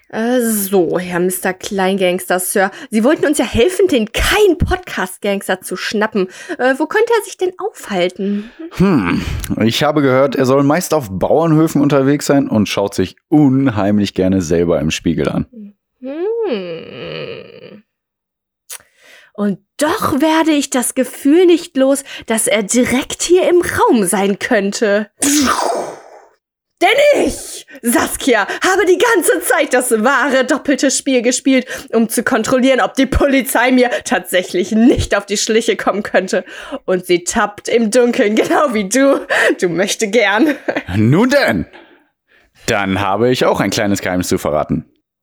So, Herr Mr. Kleingangster, Sir. Sie wollten uns ja helfen, den Kein-Podcast-Gangster zu schnappen. Wo könnte er sich denn aufhalten? Ich habe gehört, er soll meist auf Bauernhöfen unterwegs sein und schaut sich unheimlich gerne selber im Spiegel an. Und doch werde ich das Gefühl nicht los, dass er direkt hier im Raum sein könnte. Denn ich, Saskia, habe die ganze Zeit das wahre doppelte Spiel gespielt, um zu kontrollieren, ob die Polizei mir tatsächlich nicht auf die Schliche kommen könnte. Und sie tappt im Dunkeln, genau wie du. Du möchtest gern. Nun denn, dann habe ich auch ein kleines Geheimnis zu verraten.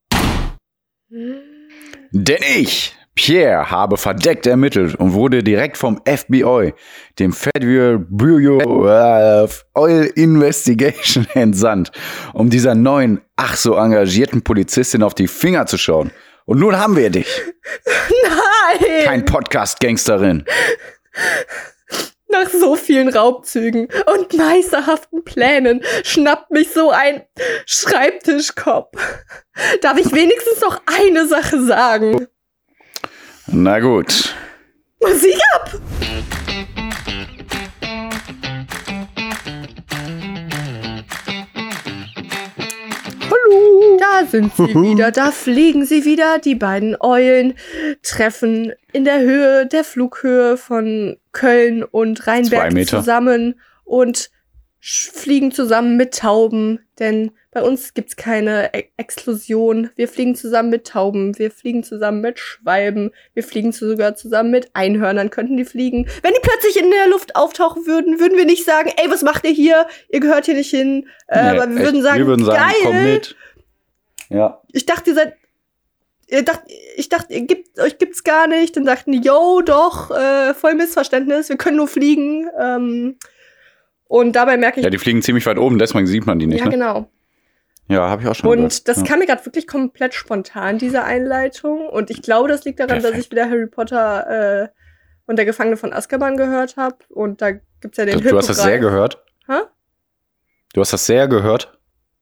Denn ich, Pierre, habe verdeckt ermittelt und wurde direkt vom FBI, dem Federal Bureau of Oil Investigation, entsandt, um dieser neuen, ach so engagierten Polizistin auf die Finger zu schauen. Und nun haben wir dich. Nein! Kein Podcast-Gangsterin. Nach so vielen Raubzügen und meisterhaften Plänen schnappt mich so ein Schreibtischkopf. Darf ich wenigstens noch eine Sache sagen? Na gut. Musik ab! Hallo! Da sind sie wieder, da fliegen sie wieder. Die beiden Eulen treffen in der Höhe, der Flughöhe von Köln und Rheinberg zusammen und fliegen zusammen mit Tauben, denn bei uns gibt's keine Exklusion. Wir fliegen zusammen mit Tauben, wir fliegen zusammen mit Schwalben, wir fliegen sogar zusammen mit Einhörnern, könnten die fliegen. Wenn die plötzlich in der Luft auftauchen würden, würden wir nicht sagen, ey, was macht ihr hier? Ihr gehört hier nicht hin. Aber wir würden sagen, geil. Komm mit. Ja. Ich dachte, euch gibt's gar nicht. Dann sagten die, yo, doch, voll Missverständnis, wir können nur fliegen. Und dabei merke ich... Ja, die fliegen ziemlich weit oben, deswegen sieht man die nicht, ne? Ja, genau. Ja, habe ich auch schon gehört. Und das kam mir gerade wirklich komplett spontan, diese Einleitung. Und ich glaube, das liegt daran, dass ich wieder Harry Potter und der Gefangene von Azkaban gehört habe. Und da gibt's ja den Hippogreif. Du hast das sehr gehört? Hä? Du hast das sehr gehört?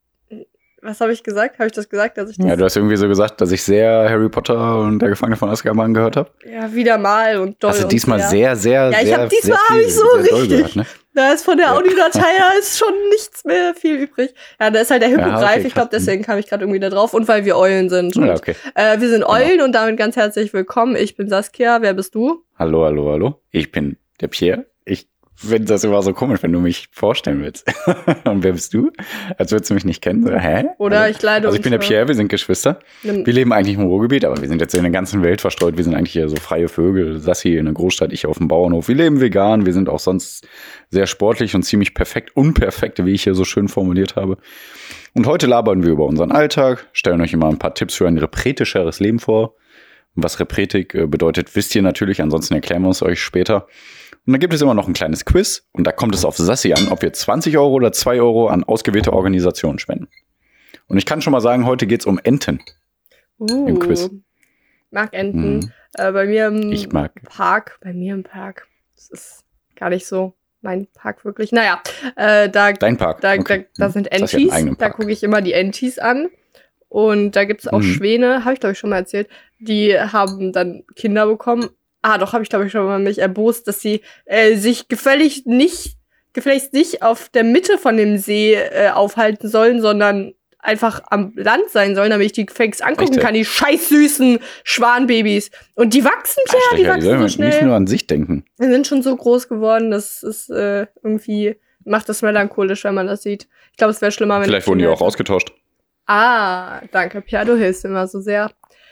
Was habe ich gesagt? Habe ich das gesagt, dass ich das... Ja, du hast irgendwie so gesagt, dass ich sehr Harry Potter und der Gefangene von Azkaban gehört habe. Ja, wieder mal und doll. Also diesmal sehr. Ja, diesmal habe ich so richtig. Gehört, ne? Da ist von der Audiodatei, da ist schon nichts mehr viel übrig. Ja, da ist halt der Hippogreif. Ja, okay, ich glaube, deswegen kam ich gerade irgendwie da drauf. Und weil wir Eulen sind. Und, ja, okay. Wir sind Eulen und damit ganz herzlich willkommen. Ich bin Saskia. Wer bist du? Hallo. Ich bin der Pierre. Ich finde das immer so komisch, wenn du mich vorstellen willst. Und wer bist du? Als würdest du mich nicht kennen. So, hä? Oder ich leide Also ich bin der Pierre, wir sind Geschwister. Wir leben eigentlich im Ruhrgebiet, aber wir sind jetzt in der ganzen Welt verstreut. Wir sind eigentlich hier so freie Vögel. Sassi in der Großstadt, ich auf dem Bauernhof. Wir leben vegan, wir sind auch sonst sehr sportlich und ziemlich unperfekt, wie ich hier so schön formuliert habe. Und heute labern wir über unseren Alltag, stellen euch immer ein paar Tipps für ein repretischeres Leben vor. Und was Repretik bedeutet, wisst ihr natürlich, ansonsten erklären wir es euch später. Und dann gibt es immer noch ein kleines Quiz und da kommt es auf Sassi an, ob wir 20 € oder 2 € an ausgewählte Organisationen spenden. Und ich kann schon mal sagen, heute geht's um Enten im Quiz. Mag Enten. Bei mir im Park. Das ist gar nicht so mein Park wirklich. Naja, Dein Park? Da sind Entis. Da gucke ich immer die Entis an. Und da gibt's auch Schwäne, habe ich glaube ich schon mal erzählt. Die haben dann Kinder bekommen. Doch, habe ich glaube ich schon mal mich erbost, dass sie sich gefälligst nicht auf der Mitte von dem See aufhalten sollen, sondern einfach am Land sein sollen, damit ich die Fakes angucken kann, die scheiß süßen Schwanbabys. Und die wachsen, die wachsen so schnell. Nicht nur an sich denken. Die sind schon so groß geworden, das ist irgendwie, macht das melancholisch, wenn man das sieht. Ich glaube, es wäre schlimmer, wenn vielleicht wurden die auch ausgetauscht. Danke, Pia, du hilfst immer so sehr.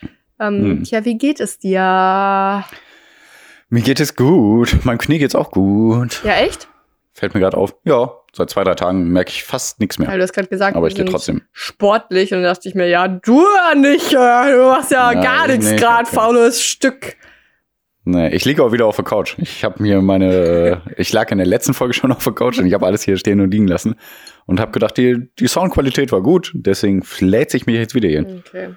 Tja, wie geht es dir? Mir geht es gut. Meinem Knie geht's auch gut. Ja, echt? Fällt mir gerade auf. Ja, seit 2-3 Tagen merke ich fast nichts mehr. Ja, du hast gerade gesagt, aber ich gehe trotzdem sportlich. Und da dachte ich mir, ja, du ja nicht. Du machst ja gar nichts gerade, faules Stück. Nee, ich liege auch wieder auf der Couch. Ich lag in der letzten Folge schon auf der Couch und ich habe alles hier stehen und liegen lassen. Und habe gedacht, die Soundqualität war gut. Deswegen fläht sich mich jetzt wieder hin. Okay.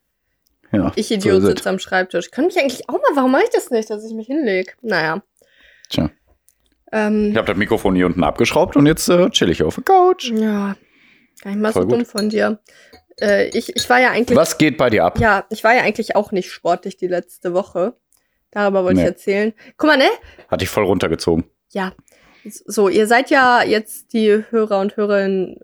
Ja, ich Idiot so sitze am Schreibtisch. Kann mich eigentlich auch mal, warum mache ich das nicht, dass ich mich hinlege? Naja. Tja. Ich habe das Mikrofon hier unten abgeschraubt und jetzt chill ich auf der Couch. Ja. Gar nicht mal so dumm von dir. Ich war ja eigentlich... Was geht bei dir ab? Ja, ich war ja eigentlich auch nicht sportlich die letzte Woche. Darüber wollte ich erzählen. Guck mal, ne? Hat dich voll runtergezogen. Ja. So, ihr seid ja jetzt die Hörer und Hörerinnen,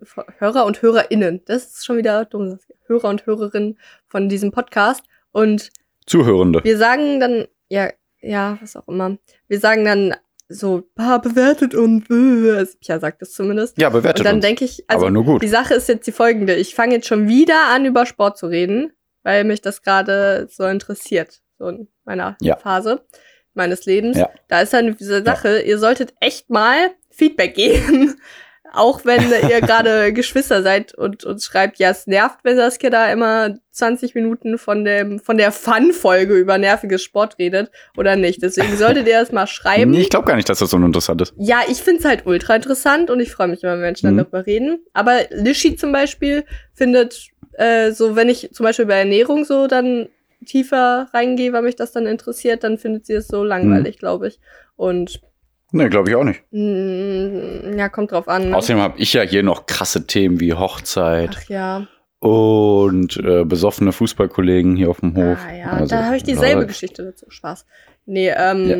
das ist schon wieder dumm, Hörer und Hörerinnen von diesem Podcast und Zuhörende. Wir sagen dann, ja, was auch immer, wir sagen dann so, bewertet uns, Pia sagt das zumindest. Ja, bewertet uns. Und dann denke ich, also aber nur gut. Die Sache ist jetzt die folgende, ich fange jetzt schon wieder an, über Sport zu reden, weil mich das gerade so interessiert, so in meiner Phase meines Lebens. Ja. Da ist dann diese Sache, ihr solltet echt mal Feedback geben. Auch wenn ihr gerade Geschwister seid und uns schreibt, ja, es nervt, wenn Saskia da immer 20 Minuten von der Fun-Folge über nerviges Sport redet oder nicht. Deswegen solltet ihr das mal schreiben. Nee, ich glaube gar nicht, dass das so uninteressant ist. Ja, ich find's halt ultra interessant und ich freue mich, wenn Menschen dann darüber reden. Aber Lischi zum Beispiel findet, so wenn ich zum Beispiel bei Ernährung so dann tiefer reingehe, weil mich das dann interessiert, dann findet sie es so langweilig, glaube ich. Und nee, glaube ich auch nicht. Ja, kommt drauf an. Ne? Außerdem habe ich ja hier noch krasse Themen wie Hochzeit. Ach ja. Und besoffene Fußballkollegen hier auf dem Hof. Ah ja, also, da habe ich dieselbe Geschichte dazu. Spaß. Nee,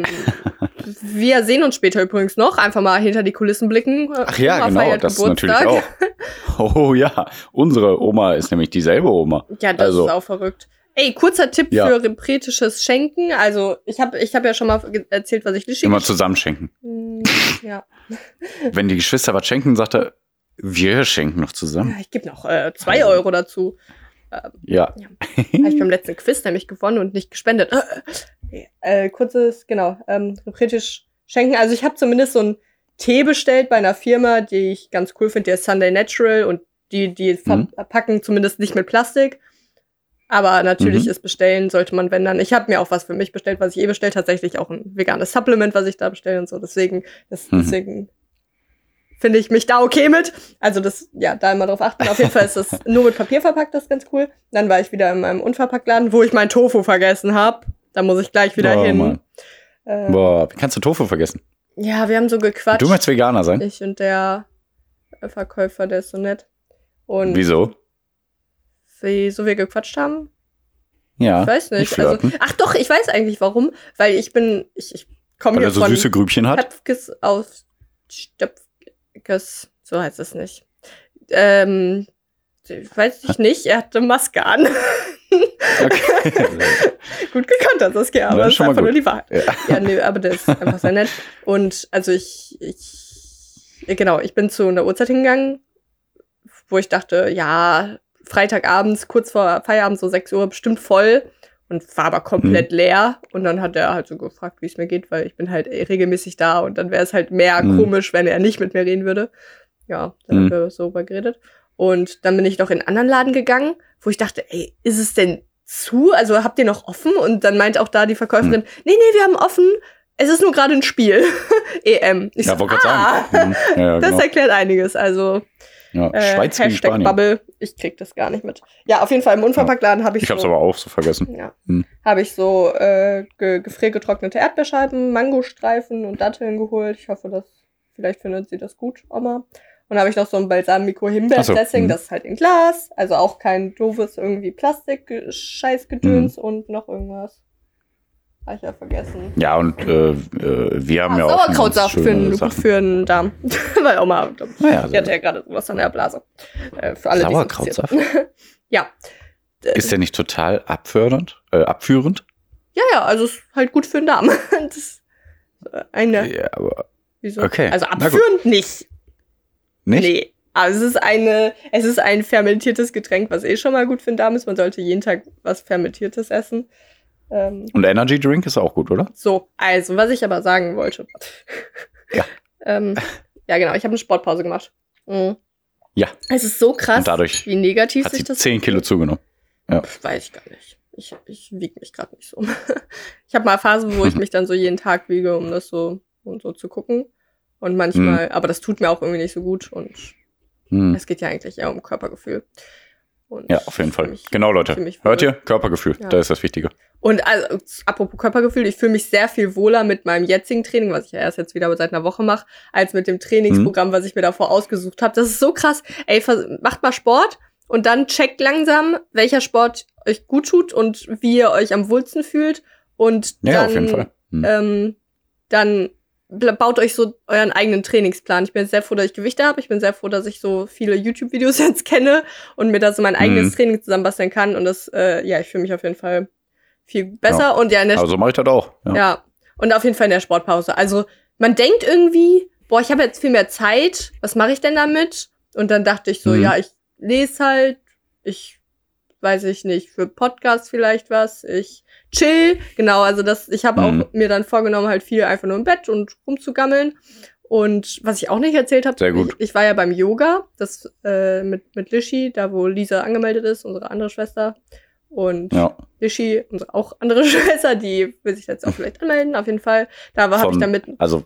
wir sehen uns später übrigens noch. Einfach mal hinter die Kulissen blicken. Ach ja, genau, das natürlich auch. Oh ja, unsere Oma ist nämlich dieselbe Oma. Ja, das ist auch verrückt. Ey, kurzer Tipp für repretisches Schenken. Also, ich hab ja schon mal erzählt, was ich Lischi immer zusammen schenken. Ja. Wenn die Geschwister was schenken, sagt er, wir schenken noch zusammen. Ja, ich gebe noch 2 Euro dazu. Ja. Habe ich beim letzten Quiz nämlich gewonnen und nicht gespendet. Kurzes, repretisch schenken. Also, ich habe zumindest so einen Tee bestellt bei einer Firma, die ich ganz cool finde. Der ist Sunday Natural und die verpacken zumindest nicht mit Plastik. Aber natürlich ist bestellen, sollte man, wenn dann. Ich habe mir auch was für mich bestellt, was ich bestellt. Tatsächlich auch ein veganes Supplement, was ich da bestelle und so. Deswegen finde ich mich da okay mit. Also da immer drauf achten. Auf jeden Fall ist das nur mit Papier verpackt, das ist ganz cool. Dann war ich wieder in meinem Unverpacktladen, wo ich meinen Tofu vergessen habe. Da muss ich gleich wieder hin. Wie kannst du Tofu vergessen? Ja, wir haben so gequatscht. Du möchtest Veganer sein? Ich und der Verkäufer, der ist so nett. Und wieso? Wieso wir gequatscht haben? Ja. Ich weiß nicht. Also, ach doch, ich weiß eigentlich warum. Weil ich komme hier er so süße Grübchen hat? Stöpkes aus Stöpkes, so heißt es nicht. Weiß ich nicht, er hatte Maske an. Okay. Gut gekonnt, das ist aber das ist einfach nur die Wahrheit. Ja, nee, aber der ist einfach sehr nett. Und also ich bin zu einer Uhrzeit hingegangen, wo ich dachte, ja, Freitagabends, kurz vor Feierabend, so 6 Uhr, bestimmt voll und war aber komplett leer. Und dann hat er halt so gefragt, wie es mir geht, weil ich bin halt regelmäßig da und dann wäre es halt mehr komisch, wenn er nicht mit mir reden würde. Ja, dann haben wir so darüber geredet. Und dann bin ich noch in einen anderen Laden gegangen, wo ich dachte, ey, ist es denn zu? Also habt ihr noch offen? Und dann meint auch da die Verkäuferin, nee, wir haben offen. Es ist nur gerade ein Spiel. EM. Ich wollte gerade sagen. Ja, das erklärt einiges. Also Schweiz gegen Spanien. Bubble, ich krieg das gar nicht mit. Ja, auf jeden Fall im Unverpacktladen habe ich hab's aber auch so vergessen. Ja. Habe ich so gefriergetrocknete Erdbeerscheiben, Mangostreifen und Datteln geholt. Ich hoffe, vielleicht findet sie das gut, Oma. Und habe ich noch so ein Balsamico-Himbeer-Dressing, das ist halt in Glas. Also auch kein doofes irgendwie Plastik-Scheißgedöns und noch irgendwas. Habe ich ja vergessen. Ja, und wir haben ja auch Sauerkrautsaft für einen Darm. Weil Oma, die hatte ja gerade sowas an der Blase. Für alle, Sauerkrautsaft? Ja. Ist der nicht total abführend? Ja, also ist halt gut für den Darm. Das ist ja, aber wieso? Okay. Also abführend nicht. Nicht? Nee. Also es ist ein fermentiertes Getränk, was schon mal gut für den Darm ist. Man sollte jeden Tag was Fermentiertes essen. Und Energy Drink ist auch gut, oder? So, also, was ich aber sagen wollte. Ja. Ja, genau, ich habe eine Sportpause gemacht. Ja. Es ist so krass, wie negativ sich das 10 Kilo zugenommen. Ja. Weiß ich gar nicht. Ich wiege mich gerade nicht so. Ich habe mal Phasen, wo ich mich dann so jeden Tag wiege, um das so zu gucken. Und manchmal, aber das tut mir auch irgendwie nicht so gut. Und es geht ja eigentlich eher um Körpergefühl. Und ja, auf jeden Fall. Genau, Leute. Hört ihr? Körpergefühl, das ist das Wichtige. Und also, apropos Körpergefühl, ich fühle mich sehr viel wohler mit meinem jetzigen Training, was ich ja erst jetzt wieder seit einer Woche mache, als mit dem Trainingsprogramm, was ich mir davor ausgesucht habe. Das ist so krass. Ey, macht mal Sport und dann checkt langsam, welcher Sport euch gut tut und wie ihr euch am wohlsten fühlt. Und dann, auf jeden Fall. Dann baut euch so euren eigenen Trainingsplan. Ich bin sehr froh, dass ich Gewichte habe. Ich bin sehr froh, dass ich so viele YouTube-Videos jetzt kenne und mir da so mein eigenes Training zusammenbasteln kann. Und das, ich fühle mich auf jeden Fall viel besser. Ja. Und ja, also mache ich das auch. Ja, und auf jeden Fall in der Sportpause. Also man denkt irgendwie, ich habe jetzt viel mehr Zeit. Was mache ich denn damit? Und dann dachte ich so, ich lese halt. Ich weiß ich nicht, für Podcasts vielleicht was. Ich chill. Genau, also ich habe auch mir dann vorgenommen, halt viel einfach nur im Bett und rumzugammeln. Und was ich auch nicht erzählt habe, ich war ja beim Yoga, das mit Lishi, da wo Lisa angemeldet ist, unsere andere Schwester. Und Lishi, unsere auch andere Schwester, die will sich jetzt auch vielleicht anmelden, auf jeden Fall. Da habe ich dann mit. Also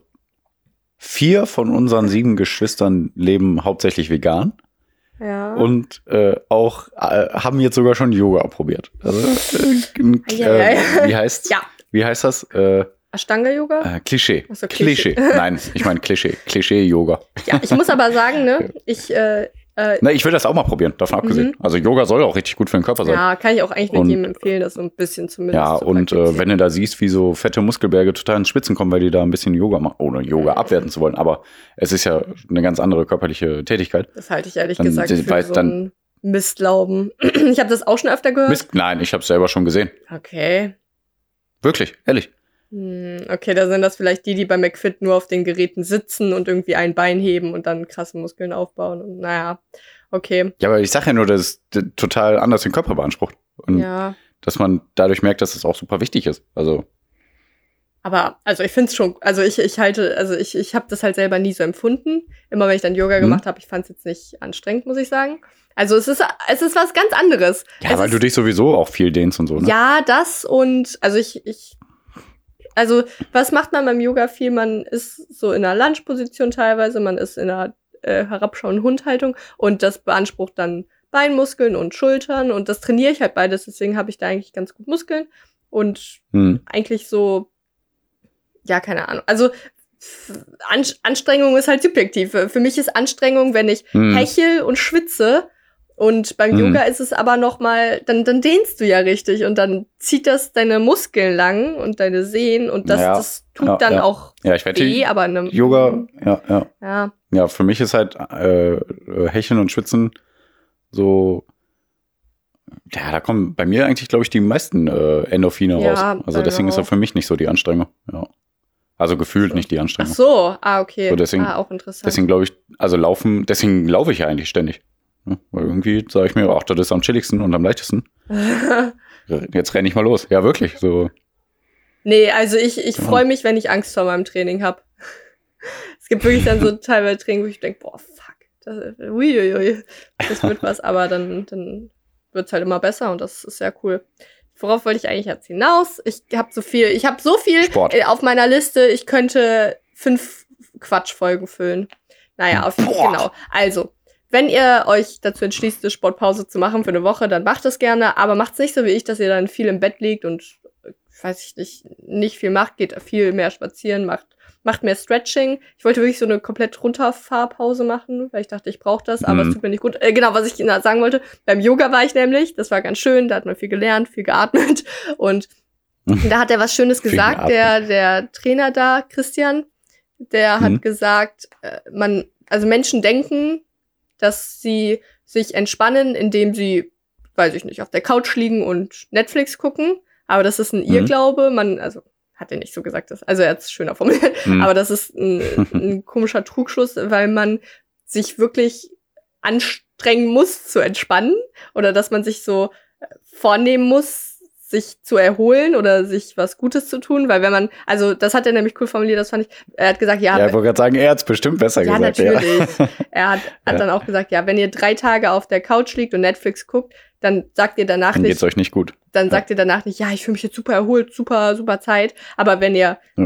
4 von unseren 7 Geschwistern leben hauptsächlich vegan. Ja. Und auch haben jetzt sogar schon Yoga probiert. Also, wie heißt das? Ashtanga-Yoga? Klischee. Achso, Klischee. Nein, ich meine Klischee. Klischee-Yoga. Ja, ich muss aber sagen, ne, ich will das auch mal probieren, davon abgesehen. Also Yoga soll auch richtig gut für den Körper sein. Ja, kann ich auch eigentlich nicht jedem empfehlen, das so ein bisschen zumindest ja, zu und wenn du da siehst, wie so fette Muskelberge total ins Schwitzen kommen, weil die da ein bisschen Yoga machen, ohne Yoga abwerten zu wollen. Aber es ist ja eine ganz andere körperliche Tätigkeit. Das halte ich ehrlich gesagt für so einen Mistglauben. Ich habe das auch schon öfter gehört. Nein, ich habe es selber schon gesehen. Okay. Wirklich, ehrlich. Okay, da sind das vielleicht die bei McFit nur auf den Geräten sitzen und irgendwie ein Bein heben und dann krasse Muskeln aufbauen. Und naja, okay. Ja, aber ich sage ja nur, dass es total anders den Körper beansprucht. Und dass man dadurch merkt, dass es auch super wichtig ist. Also. Aber, also ich finde es schon, also ich habe das halt selber nie so empfunden. Immer wenn ich dann Yoga gemacht habe, ich fand es jetzt nicht anstrengend, muss ich sagen. Also es ist was ganz anderes. Ja, weil du dich sowieso auch viel dehnst und so, ne? Ja, das und, also was macht man beim Yoga viel? Man ist so in einer Lunge-Position teilweise, man ist in einer herabschauenden Hundhaltung und das beansprucht dann Beinmuskeln und Schultern und das trainiere ich halt beides, deswegen habe ich da eigentlich ganz gut Muskeln und eigentlich so, ja, keine Ahnung. Also Anstrengung ist halt subjektiv. Für mich ist Anstrengung, wenn ich hechel und schwitze. Und beim Yoga ist es aber noch mal, dann dehnst du ja richtig und dann zieht das deine Muskeln lang und deine Sehnen und das tut dann auch weh, aber Yoga, ja, für mich ist halt Hecheln und Schwitzen so, ja, da kommen bei mir eigentlich, glaube ich, die meisten Endorphine raus. Also deswegen ist das für mich nicht so die Anstrengung, ja. Also gefühlt nicht die Anstrengung. Ach so, okay. So deswegen, auch interessant. Deswegen glaube ich, deswegen laufe ich ja eigentlich ständig. Ja, weil irgendwie sage ich mir, ach, das ist am chilligsten und am leichtesten. Jetzt renne ich mal los. Ja, wirklich. So. Nee, also ich freue mich, wenn ich Angst vor meinem Training habe. Es gibt wirklich dann so teilweise Training, wo ich denke, boah, fuck, das wird was, aber dann wird es halt immer besser und das ist sehr cool. Worauf wollte ich eigentlich jetzt hinaus? Ich habe so viel Sport auf meiner Liste, ich könnte 5 Quatschfolgen füllen. Naja, genau. Also, wenn ihr euch dazu entschließt, eine Sportpause zu machen für eine Woche, dann macht es gerne, aber macht es nicht so wie ich, dass ihr dann viel im Bett liegt und, weiß ich nicht viel macht, geht viel mehr spazieren, macht mehr Stretching. Ich wollte wirklich so eine komplett Runterfahrpause machen, weil ich dachte, ich brauche das, aber es tut mir nicht gut. Genau, was ich sagen wollte, beim Yoga war ich nämlich, das war ganz schön, da hat man viel gelernt, viel geatmet und da hat er was Schönes gesagt, der Trainer da, Christian, der hat gesagt, Menschen denken, dass sie sich entspannen, indem sie, weiß ich nicht, auf der Couch liegen und Netflix gucken. Aber das ist ein Irrglaube. Hat er nicht so gesagt. Also er hat es schöner formuliert. Aber das ist ein komischer Trugschluss, weil man sich wirklich anstrengen muss zu entspannen. Oder dass man sich so vornehmen muss, sich zu erholen oder sich was Gutes zu tun, weil wenn man, das hat er nämlich cool formuliert, das fand ich, er hat gesagt, ja. Ja, ich wollte gerade sagen, er hat es bestimmt besser gesagt. Ja, natürlich. Er hat dann auch gesagt, ja, wenn ihr 3 Tage auf der Couch liegt und Netflix guckt, dann sagt ihr danach nicht. Dann geht's euch nicht gut. Dann sagt ihr danach nicht, ja, ich fühle mich jetzt super erholt, super, super Zeit. Aber wenn ihr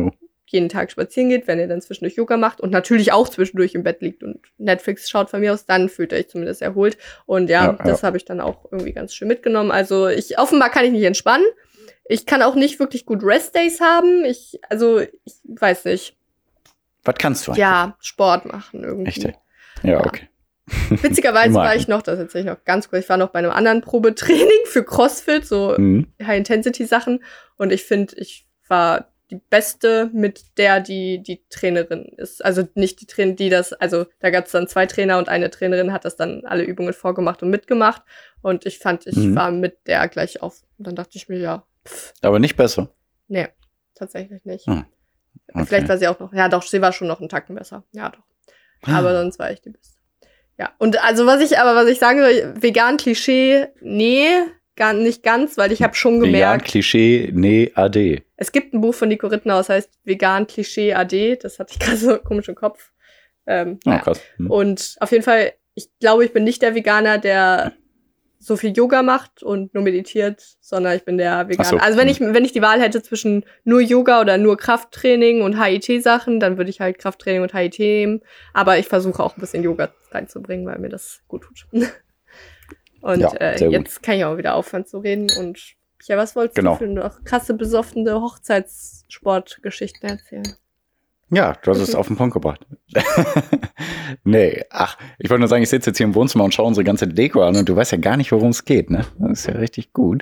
jeden Tag spazieren geht, wenn ihr dann zwischendurch Yoga macht und natürlich auch zwischendurch im Bett liegt und Netflix schaut von mir aus, dann fühlt ihr euch zumindest erholt. Und das habe ich dann auch irgendwie ganz schön mitgenommen. Also offenbar kann ich nicht entspannen. Ich kann auch nicht wirklich gut Restdays haben. Ich weiß nicht. Was kannst du eigentlich? Ja, Sport machen irgendwie. Echt? Ja, okay. Witzigerweise war ich noch, das erzähle ich noch ganz kurz, ich war noch bei einem anderen Probetraining für CrossFit, so High-Intensity-Sachen. Und ich finde, ich war die Beste mit der, die Trainerin ist. Also nicht die Trainerin, da gab es dann 2 Trainer und eine Trainerin hat das dann alle Übungen vorgemacht und mitgemacht. Und ich fand, ich war mit der gleich auf. Und dann dachte ich mir, ja. Aber nicht besser? Nee, tatsächlich nicht. Okay. Vielleicht war sie auch noch, ja doch, sie war schon noch einen Tacken besser. Ja doch. Aber sonst war ich die Beste. Ja, und also was ich sagen soll, vegan Klischee, nee, nicht ganz, weil ich habe schon gemerkt. Vegan Klischee, nee, AD. Es gibt ein Buch von Nico Rittenau, das heißt Vegan Klischee AD, das hatte ich gerade so komisch im Kopf. Krass. Und auf jeden Fall, ich glaube, ich bin nicht der Veganer, der so viel Yoga macht und nur meditiert, sondern ich bin der Veganer. So. Also wenn ich die Wahl hätte zwischen nur Yoga oder nur Krafttraining und HIIT-Sachen, dann würde ich halt Krafttraining und HIIT nehmen. Aber ich versuche auch ein bisschen Yoga reinzubringen, weil mir das gut tut. Und jetzt kann ich auch wieder aufhören zu reden. Und ja, was wolltest du für noch krasse, besoffene Hochzeitssportgeschichten erzählen? Ja, du hast es auf den Punkt gebracht. Nee, ich wollte nur sagen, ich sitze jetzt hier im Wohnzimmer und schaue unsere ganze Deko an und du weißt ja gar nicht, worum es geht, ne? Das ist ja richtig gut.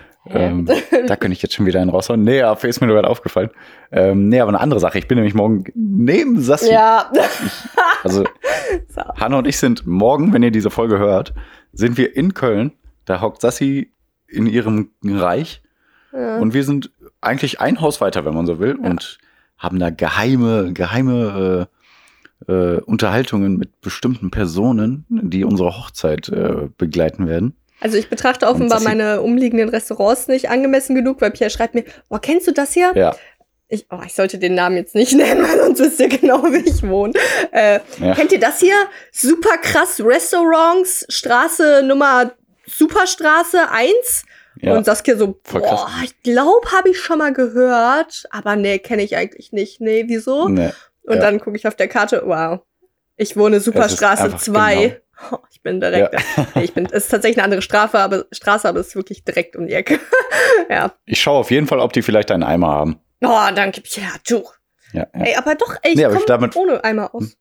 Da könnte ich jetzt schon wieder einen raushauen. Nee, ist mir nur gerade aufgefallen. Aber eine andere Sache. Ich bin nämlich morgen neben Sassi. Ja. Also, Hanna und ich sind morgen, wenn ihr diese Folge hört, sind wir in Köln. Da hockt Sassi in ihrem Reich. Ja. Und wir sind eigentlich ein Haus weiter, wenn man so will. Ja. Und haben da geheime Unterhaltungen mit bestimmten Personen, die unsere Hochzeit begleiten werden. Also ich betrachte offenbar meine umliegenden Restaurants nicht angemessen genug, weil Pierre schreibt mir, kennst du das hier? Ja. Ich sollte den Namen jetzt nicht nennen, weil sonst wisst ihr genau, wie ich wohne. Kennt ihr das hier? Super krass Restaurants, Straße Nummer Superstraße 1. Ja. Und Saskia so, ich glaube, habe ich schon mal gehört, aber nee, kenne ich eigentlich nicht. Nee, wieso? Nee. Und dann gucke ich auf der Karte, wow, ich wohne Superstraße 2. Genau. Oh, ich bin direkt. Ja. Es ist tatsächlich eine andere Straße, aber es ist wirklich direkt um die Ecke. Ja. Ich schaue auf jeden Fall, ob die vielleicht einen Eimer haben. Oh, danke, Pierre, du. Ja. Ey, aber doch, ich komme ohne Eimer aus.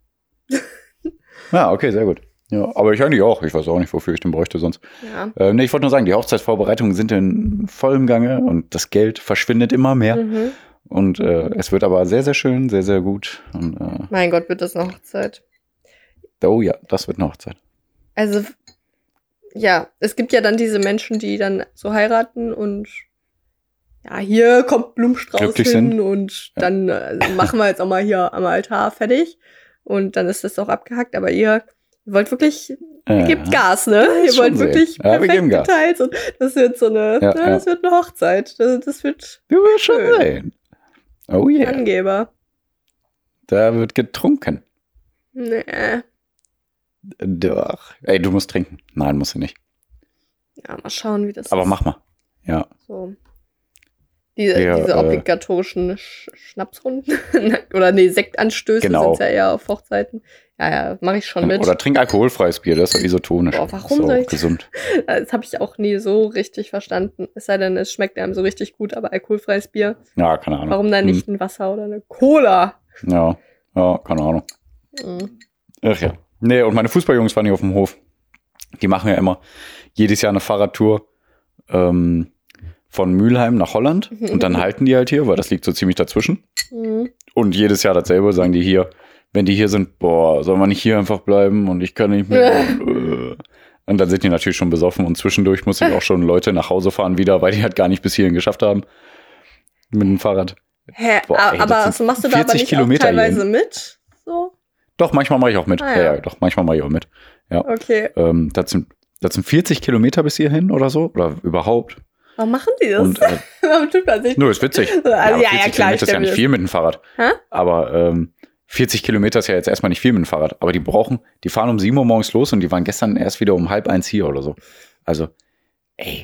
Ja, okay, sehr gut. Ja, aber ich eigentlich auch. Ich weiß auch nicht, wofür ich den bräuchte sonst. Ja. Ich wollte nur sagen, die Hochzeitsvorbereitungen sind in vollem Gange und das Geld verschwindet immer mehr. Mhm. Und es wird aber sehr, sehr schön, sehr, sehr gut. Und, mein Gott, wird das eine Hochzeit? Oh ja, das wird eine Hochzeit. Also, ja, es gibt ja dann diese Menschen, die dann so heiraten und ja, hier kommt Blumenstrauß glücklich hin sind. Und dann machen wir jetzt auch mal hier am Altar fertig. Und dann ist das auch abgehackt. Aber ihr wollt wirklich, ihr gebt Gas, ne? Ihr wollt wirklich perfekte Details. Und das wird so eine, das wird eine Hochzeit. Das wird schon sein. Oh yeah. Angeber. Da wird getrunken. Nee. Doch. Ey, du musst trinken. Nein, musst du nicht. Ja, mal schauen, wie das ist. Aber mach mal. Ja. So. Diese obligatorischen Schnapsrunden. Oder nee, Sektanstöße sind ja eher auf Hochzeiten. Ja, mache ich schon mit. Oder trink alkoholfreies Bier, das ist isotonisch. Boah, warum soll ich gesund. Das habe ich auch nie so richtig verstanden. Es sei denn, es schmeckt einem so richtig gut, aber alkoholfreies Bier. Ja, keine Ahnung. Warum dann nicht ein Wasser oder eine Cola? Ja, keine Ahnung. Ach ja. Nee, und meine Fußballjungs waren hier auf dem Hof. Die machen ja immer jedes Jahr eine Fahrradtour von Mülheim nach Holland. Und dann halten die halt hier, weil das liegt so ziemlich dazwischen. Und jedes Jahr dasselbe sagen die hier, wenn die hier sind, soll man nicht hier einfach bleiben und ich kann nicht mehr. Und dann sind die natürlich schon besoffen und zwischendurch muss ich auch schon Leute nach Hause fahren wieder, weil die halt gar nicht bis hierhin geschafft haben mit dem Fahrrad. Aber so machst du da aber nicht auch teilweise mit? So? Doch, manchmal mache ich auch mit. Ja, doch, manchmal mache ich auch mit. Ja. Okay. Das sind 40 Kilometer bis hierhin oder so, oder überhaupt. Warum machen die das? Und, Warum tut man sich? Nur, ist witzig. Ja, klar. Kilometer ist ja nicht viel mit dem Fahrrad. Hä? Aber 40 Kilometer ist ja jetzt erstmal nicht viel mit dem Fahrrad. Aber die fahren um 7 Uhr morgens los und die waren gestern erst wieder um 12:30 hier oder so. Also, ey.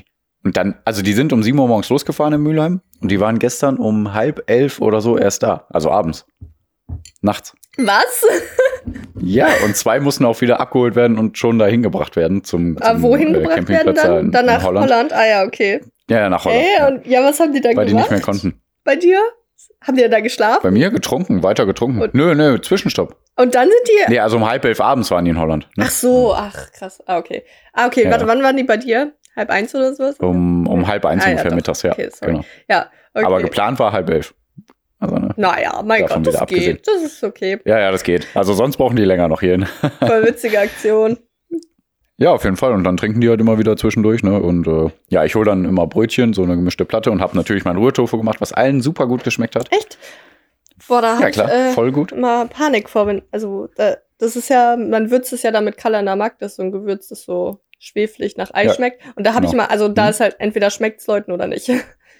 Und dann, also die sind um 7 Uhr morgens losgefahren in Mülheim und die waren gestern um 10:30 oder so erst da. Also abends. Nachts. Was? Ja, und 2 mussten auch wieder abgeholt werden und schon dahin gebracht werden zum wohin gebracht werden dann? Dann nach Holland? Ah ja, okay. Ja, nach Holland. Und was haben die dann gemacht? Weil die nicht mehr konnten. Bei dir? Haben die da geschlafen? Bei mir weiter getrunken. Und nö, Zwischenstopp. Und dann sind die... Nee, also um 10:30 abends waren die in Holland. Ne? Ach so, krass. Okay. Ja. Warte, wann waren die bei dir? 12:30 oder sowas? Um 12:30 ungefähr mittags, ja. Okay, sorry. Genau. Ja, okay. Aber geplant war 10:30. Also, ne, naja, mein Gott, das geht. Das ist okay. Ja, das geht. Also sonst brauchen die länger noch hierhin. Voll witzige Aktion. Ja, auf jeden Fall. Und dann trinken die halt immer wieder zwischendurch. Ne? Und ich hole dann immer Brötchen, so eine gemischte Platte und habe natürlich mein Ruhrtofu gemacht, was allen super gut geschmeckt hat. Echt? Boah, da ja, klar, voll gut. Immer Panik vor. Also das ist ja, man würzt es ja damit Kalanamak, das ist so ein Gewürz, das so schweflig nach Ei schmeckt. Und da habe ich mal, also da ist halt, entweder schmeckt es Leuten oder nicht.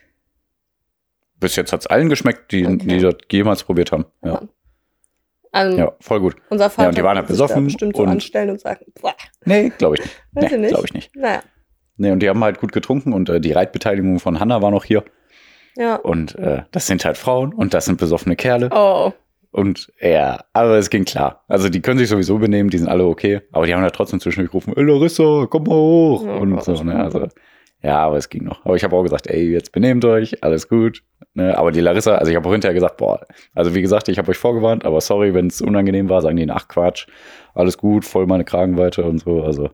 Bis jetzt hat es allen geschmeckt, die das jemals probiert haben. Ja. Ja, voll gut. Unser Vater und die waren halt besoffen. Bestimmt so anstellen und sagen, boah. Nee, glaube ich nicht. Weiß ich nicht. Glaube ich nicht. Naja. Nee, und die haben halt gut getrunken und die Reitbeteiligung von Hanna war noch hier. Ja. Und das sind halt Frauen und das sind besoffene Kerle. Oh. Und aber es ging klar. Also die können sich sowieso benehmen, die sind alle okay. Aber die haben halt trotzdem zwischendurch gerufen, Larissa, komm mal hoch. Oh, und so, ne, also. Ja, aber es ging noch. Aber ich habe auch gesagt, jetzt benehmt euch, alles gut. Ne, aber die Larissa, also ich habe auch hinterher gesagt, also wie gesagt, ich habe euch vorgewarnt, aber sorry, wenn es unangenehm war, sagen die, ach Quatsch, alles gut, voll meine Kragenweite und so, also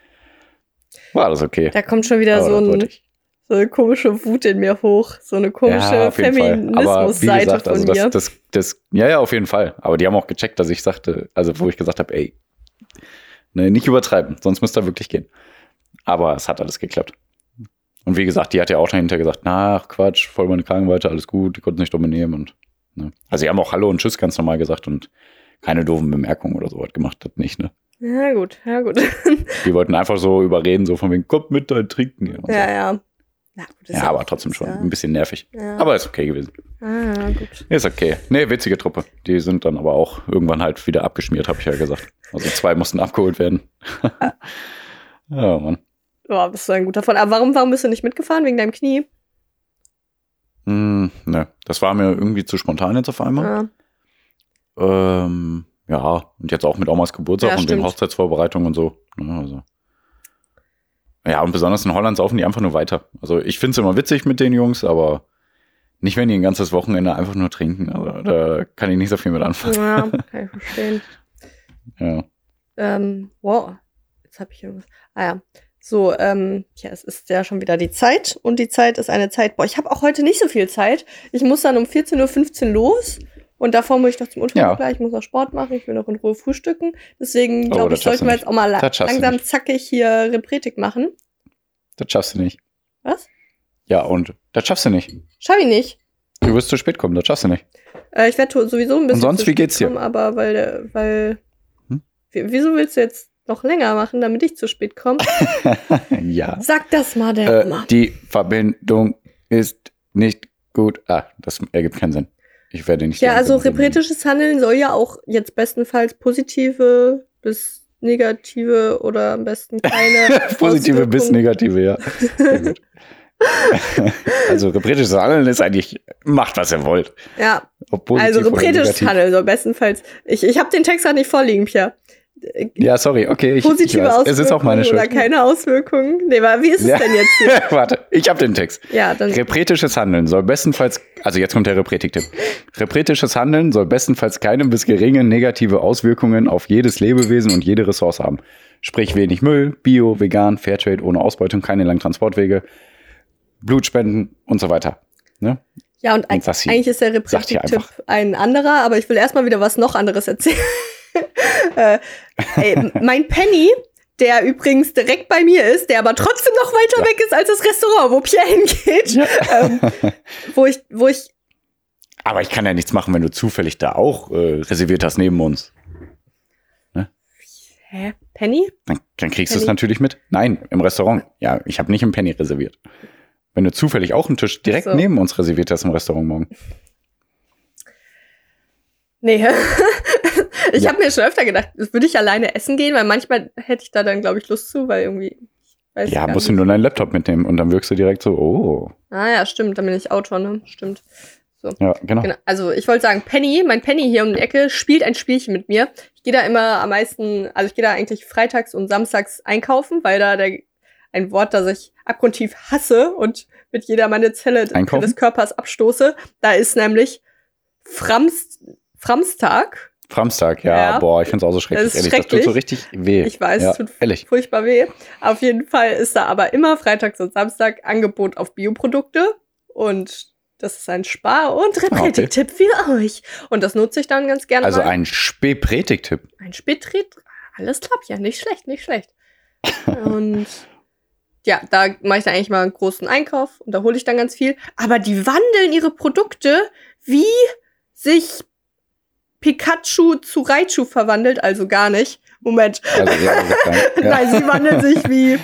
war alles okay. Da kommt schon wieder so eine komische Wut in mir hoch, so eine komische Feminismus-Seite von also mir. Ja, auf jeden Fall. Aber die haben auch gecheckt, dass ich sagte, also wo ich gesagt habe, nicht übertreiben, sonst müsst ihr wirklich gehen. Aber es hat alles geklappt. Und wie gesagt, die hat ja auch schon hinterher gesagt, ach Quatsch, voll meine Kragenweite, alles gut, die konnten sich doch benehmen. Und, ne. Also sie haben auch Hallo und Tschüss ganz normal gesagt und keine doofen Bemerkungen oder so was gemacht, das nicht, ne? Ja gut. Die wollten einfach so überreden, so von wegen, kommt mit, dann trinken. Und ja. So. Ja, aber trotzdem schon ein bisschen nervig. Ja. Aber ist okay gewesen. Ja, gut. Ist okay. Nee, witzige Truppe. Die sind dann aber auch irgendwann halt wieder abgeschmiert, habe ich ja gesagt. Also 2 mussten abgeholt werden. Ja, Mann. Boah, bist du ein guter Freund. Aber warum bist du nicht mitgefahren? Wegen deinem Knie? Ne, das war mir irgendwie zu spontan jetzt auf einmal. Ja, und jetzt auch mit Omas Geburtstag und den Hochzeitsvorbereitungen und so. Also. Ja, und besonders in Holland saufen die einfach nur weiter. Also ich finde es immer witzig mit den Jungs, aber nicht, wenn die ein ganzes Wochenende einfach nur trinken. Also da kann ich nicht so viel mit anfangen. Ja, kann ich verstehen. Ja. Wow, jetzt habe ich irgendwas. Ja. So, es ist ja schon wieder die Zeit und die Zeit ist eine Zeit, ich habe auch heute nicht so viel Zeit. Ich muss dann um 14:15 Uhr los und davor muss ich noch zum Unterricht gleich, ich muss noch Sport machen, ich will noch in Ruhe frühstücken. Deswegen glaube ich, sollten wir jetzt auch mal langsam zackig hier Repretik machen. Das schaffst du nicht. Was? Ja, und das schaffst du nicht. Schaff ich nicht. Du wirst zu spät kommen, das schaffst du nicht. Ich werde sowieso ein bisschen und sonst, zu wie geht's dir? Kommen, aber weil wieso willst du jetzt noch länger machen, damit ich zu spät komme? Ja. Sag das mal der Oma. Die Verbindung ist nicht gut. Das ergibt keinen Sinn. Ich werde nicht. Ja, also repretisches Handeln soll ja auch jetzt bestenfalls positive bis negative oder am besten keine positive bis negative, ja. Sehr gut. Also repretisches Handeln ist eigentlich, macht was ihr wollt. Ja, also repretisches Handeln soll bestenfalls, ich habe den Text gerade nicht vorliegen, Pierre. Ja, sorry, okay. Positive Auswirkungen es ist auch meine Schuld. Oder keine Auswirkungen. Nee, wie ist es denn jetzt hier? Warte, ich habe den Text. Ja, dann. Repretisches Handeln soll bestenfalls, also jetzt kommt der Repretik-Tipp. Repretisches Handeln soll bestenfalls keine bis geringe negative Auswirkungen auf jedes Lebewesen und jede Ressource haben. Sprich wenig Müll, Bio, vegan, Fairtrade, ohne Ausbeutung, keine langen Transportwege, Blutspenden und so weiter. Ne? Ja, und eigentlich ist der Repretik-Tipp ein anderer, aber ich will erstmal wieder was noch anderes erzählen. Mein Penny, der übrigens direkt bei mir ist, der aber trotzdem noch weiter weg ist als das Restaurant, wo Pierre hingeht, wo ich aber ich kann ja nichts machen, wenn du zufällig da auch reserviert hast neben uns. Ne? Hä? Penny? Dann kriegst du es natürlich mit. Nein, im Restaurant. Ja, ich habe nicht im Penny reserviert. Wenn du zufällig auch einen Tisch direkt neben uns reserviert hast im Restaurant morgen. Nee. Ich habe mir schon öfter gedacht, würde ich alleine essen gehen, weil manchmal hätte ich da dann, glaube ich, Lust zu, weil irgendwie, ich Ja, musst du nur deinen Laptop mitnehmen und dann wirkst du direkt so, oh. Ah ja, stimmt, dann bin ich Autor, ne? Stimmt. So. Ja, genau. Also ich wollte sagen, mein Penny hier um die Ecke spielt ein Spielchen mit mir. Ich gehe da immer am meisten, also ich gehe da eigentlich freitags und samstags einkaufen, weil da ein Wort, das ich abgrundtief hasse und mit jeder meine Zelle des Körpers abstoße, da ist nämlich Framstag. Framstag, ja, boah, ich find's auch so schrecklich, ehrlich. Das tut so richtig weh. Ich weiß, ja, es tut furchtbar weh. Auf jeden Fall ist da aber immer freitags und Samstag Angebot auf Bioprodukte und das ist ein Spar- und Repretik-Tipp für euch. Und das nutze ich dann ganz gerne Also mal. Ein Späpretik-Tipp. Ein Spätret, alles klappt ja, nicht schlecht. Und ja, da mache ich dann eigentlich mal einen großen Einkauf und da hole ich dann ganz viel. Aber die wandeln ihre Produkte, wie sich Pikachu zu Raichu verwandelt, also gar nicht. Moment. Also, ja. Nein, sie wandeln sich wie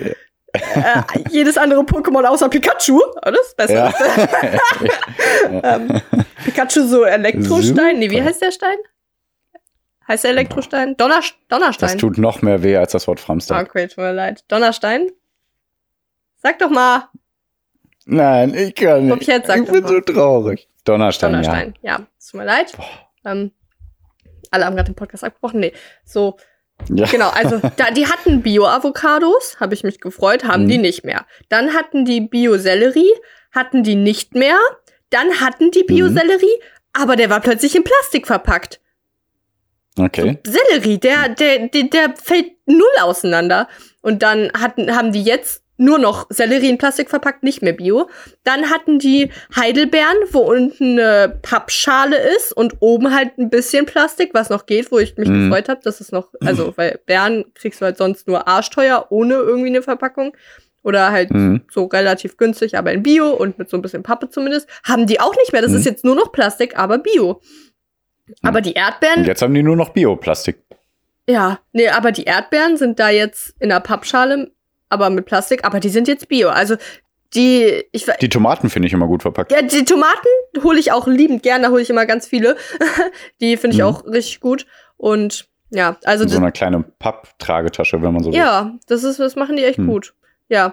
jedes andere Pokémon außer Pikachu. Das ist besser. Ja. Pikachu so Elektrostein. Nee, wie heißt der Stein? Heißt der Elektrostein? Donnerstein. Das tut noch mehr weh als das Wort Framstag. Okay, tut mir leid. Donnerstein? Sag doch mal. Nein, ich kann nicht. Ich bin so traurig. Donnerstein, ja. Tut mir leid. Alle haben gerade den Podcast abgebrochen. Nee, so. Ja. Genau, also die hatten Bio-Avocados, habe ich mich gefreut, haben die nicht mehr. Dann hatten die Bio-Sellerie, hatten die nicht mehr. Dann hatten die Bio-Sellerie, aber der war plötzlich in Plastik verpackt. Okay. So, Sellerie, der fällt null auseinander. Und dann haben die jetzt nur noch Sellerie in Plastik verpackt, nicht mehr Bio. Dann hatten die Heidelbeeren, wo unten eine Pappschale ist und oben halt ein bisschen Plastik, was noch geht, wo ich mich gefreut habe, dass es noch, also weil Beeren kriegst du halt sonst nur arschteuer, ohne irgendwie eine Verpackung. Oder halt so relativ günstig, aber in Bio und mit so ein bisschen Pappe zumindest. Haben die auch nicht mehr. Das ist jetzt nur noch Plastik, aber Bio. Aber die Erdbeeren. Und jetzt haben die nur noch Bioplastik. Ja, nee, aber die Erdbeeren sind da jetzt in der Pappschale, aber mit Plastik, aber die sind jetzt Bio. Also die Tomaten finde ich immer gut verpackt. Ja, die Tomaten hole ich auch liebend gern, da hole ich immer ganz viele. Die finde ich auch richtig gut. Und ja, also in so einer kleinen Papptragetasche, wenn man so will. Ja, das machen die echt gut. Ja.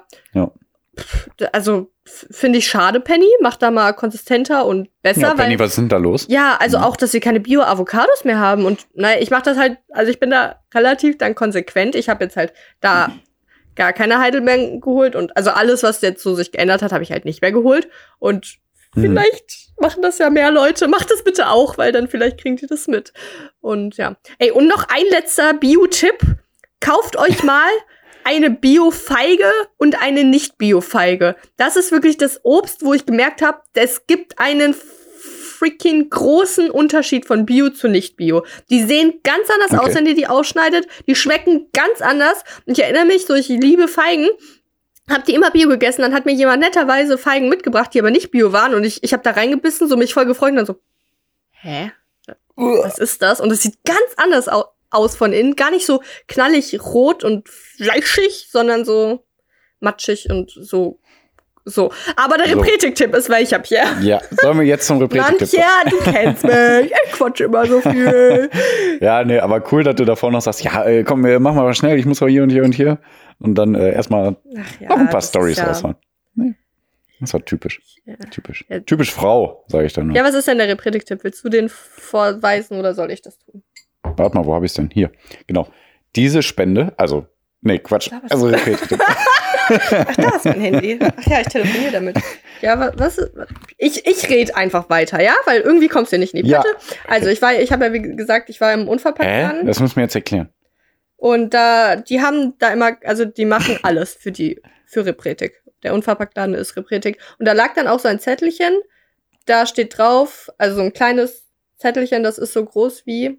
Also finde ich schade, Penny. Mach da mal konsistenter und besser. Ja, Penny, was ist denn da los? Ja, also auch, dass wir keine Bio-Avocados mehr haben. Und naja, ich mache das halt, also ich bin da relativ dann konsequent. Ich habe jetzt halt da gar keine Heidelbeeren geholt. Und also alles, was jetzt so sich geändert hat, habe ich halt nicht mehr geholt. Und vielleicht machen das ja mehr Leute. Macht das bitte auch, weil dann vielleicht kriegen die das mit. Und ja. Ey, und noch ein letzter Bio-Tipp. Kauft euch mal eine Bio-Feige und eine Nicht-Bio-Feige. Das ist wirklich das Obst, wo ich gemerkt habe, es gibt einen freaking großen Unterschied von Bio zu Nicht-Bio. Die sehen ganz anders aus, wenn ihr die ausschneidet. Die schmecken ganz anders. Und ich erinnere mich, so ich liebe Feigen. Hab die immer Bio gegessen. Dann hat mir jemand netterweise Feigen mitgebracht, die aber nicht Bio waren. Und ich habe da reingebissen, so mich voll gefreut und dann so, hä? Was ist das? Und es sieht ganz anders aus von innen. Gar nicht so knallig rot und fleischig, sondern so matschig und so. Aber der Repretik-Tipp ist welcher, Pierre? Ja, sollen wir jetzt zum Repretik-Tipp? Ja, du kennst mich. Ich quatsch immer so viel. Ja, nee, aber cool, dass du davor noch sagst, ja, komm, mach mal schnell, ich muss auch hier und hier und hier. Und dann erstmal noch ein paar Storys raushauen. Nee. Das war typisch. Ja. Typisch Frau, sage ich dann nur. Ja, was ist denn der Repretik-Tipp? Willst du den vorweisen oder soll ich das tun? Warte mal, wo habe ich es denn? Hier, genau. Diese Spende, Quatsch. Also Repretik-Tipp. Ach, da ist mein Handy. Ach ja, ich telefoniere damit. Ja, was ist, ich rede einfach weiter, ja? Weil irgendwie kommst du nicht in die Platte. Ja. Also ich habe ja, wie gesagt, ich war im Unverpacktladen. Das musst du mir jetzt erklären. Und die haben da immer, also die machen alles für Repretik. Der Unverpacktladen ist Repretik. Und da lag dann auch so ein Zettelchen, da steht drauf, also so ein kleines Zettelchen, das ist so groß wie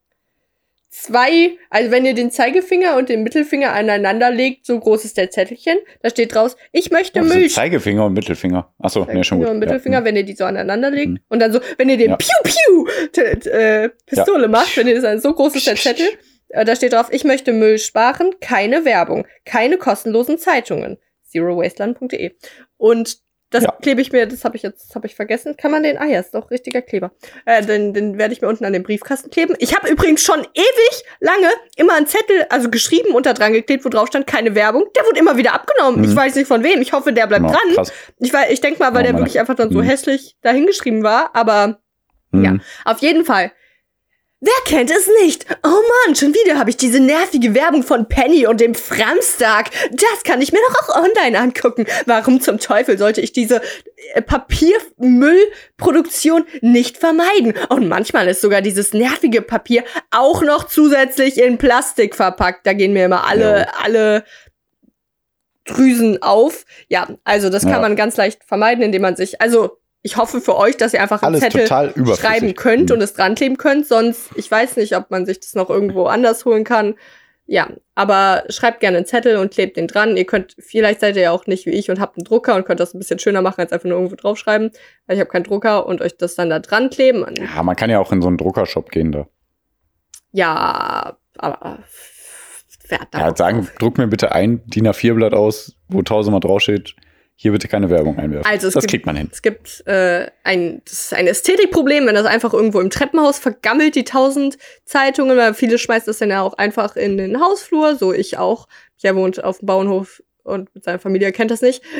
also wenn ihr den Zeigefinger und den Mittelfinger aneinander legt, so groß ist der Zettelchen, da steht draus, ich möchte Milch. Zeigefinger und Mittelfinger. Achso, nee, schon gut. Und Mittelfinger, wenn ihr die so aneinander legt. Und dann so, wenn ihr den Piu-Piu-Pistole macht, wenn ihr das dann so groß ist der Zettel, da steht drauf, ich möchte Müll sparen, keine Werbung, keine kostenlosen Zeitungen. zerowasteland.de. Und Das klebe ich mir, das habe ich vergessen. Kann man den? Ah ja, ist doch richtiger Kleber. Den werde ich mir unten an den Briefkasten kleben. Ich habe übrigens schon ewig lange immer einen Zettel, also geschrieben und da dran geklebt, wo drauf stand, keine Werbung. Der wurde immer wieder abgenommen. Ich weiß nicht von wem. Ich hoffe, der bleibt dran. Krass. Ich denke mal, weil der wirklich einfach dann so hässlich dahingeschrieben war. Aber ja, auf jeden Fall. Wer kennt es nicht? Oh Mann, schon wieder habe ich diese nervige Werbung von Penny und dem Framstag. Das kann ich mir doch auch online angucken. Warum zum Teufel sollte ich diese Papiermüllproduktion nicht vermeiden? Und manchmal ist sogar dieses nervige Papier auch noch zusätzlich in Plastik verpackt. Da gehen mir immer alle Drüsen auf. Ja, also das kann man ganz leicht vermeiden, indem man sich, ich hoffe für euch, dass ihr einfach einen Zettel schreiben könnt und es dran kleben könnt. Sonst, ich weiß nicht, ob man sich das noch irgendwo anders holen kann. Ja, aber schreibt gerne einen Zettel und klebt den dran. Vielleicht seid ihr ja auch nicht wie ich und habt einen Drucker und könnt das ein bisschen schöner machen, als einfach nur irgendwo draufschreiben. Weil ich habe keinen Drucker und euch das dann da dran kleben. Ja, man kann ja auch in so einen Druckershop gehen da. Ja, aber sagen, druck mir bitte ein DIN A4-Blatt aus, wo 1000-mal draufsteht. Hier bitte keine Werbung einwerfen. Also das kriegt man hin. Es gibt das ist ein Ästhetikproblem, wenn das einfach irgendwo im Treppenhaus vergammelt, die 1000 Zeitungen, weil viele schmeißen das dann ja auch einfach in den Hausflur, so ich auch. Der wohnt auf dem Bauernhof und mit seiner Familie kennt das nicht.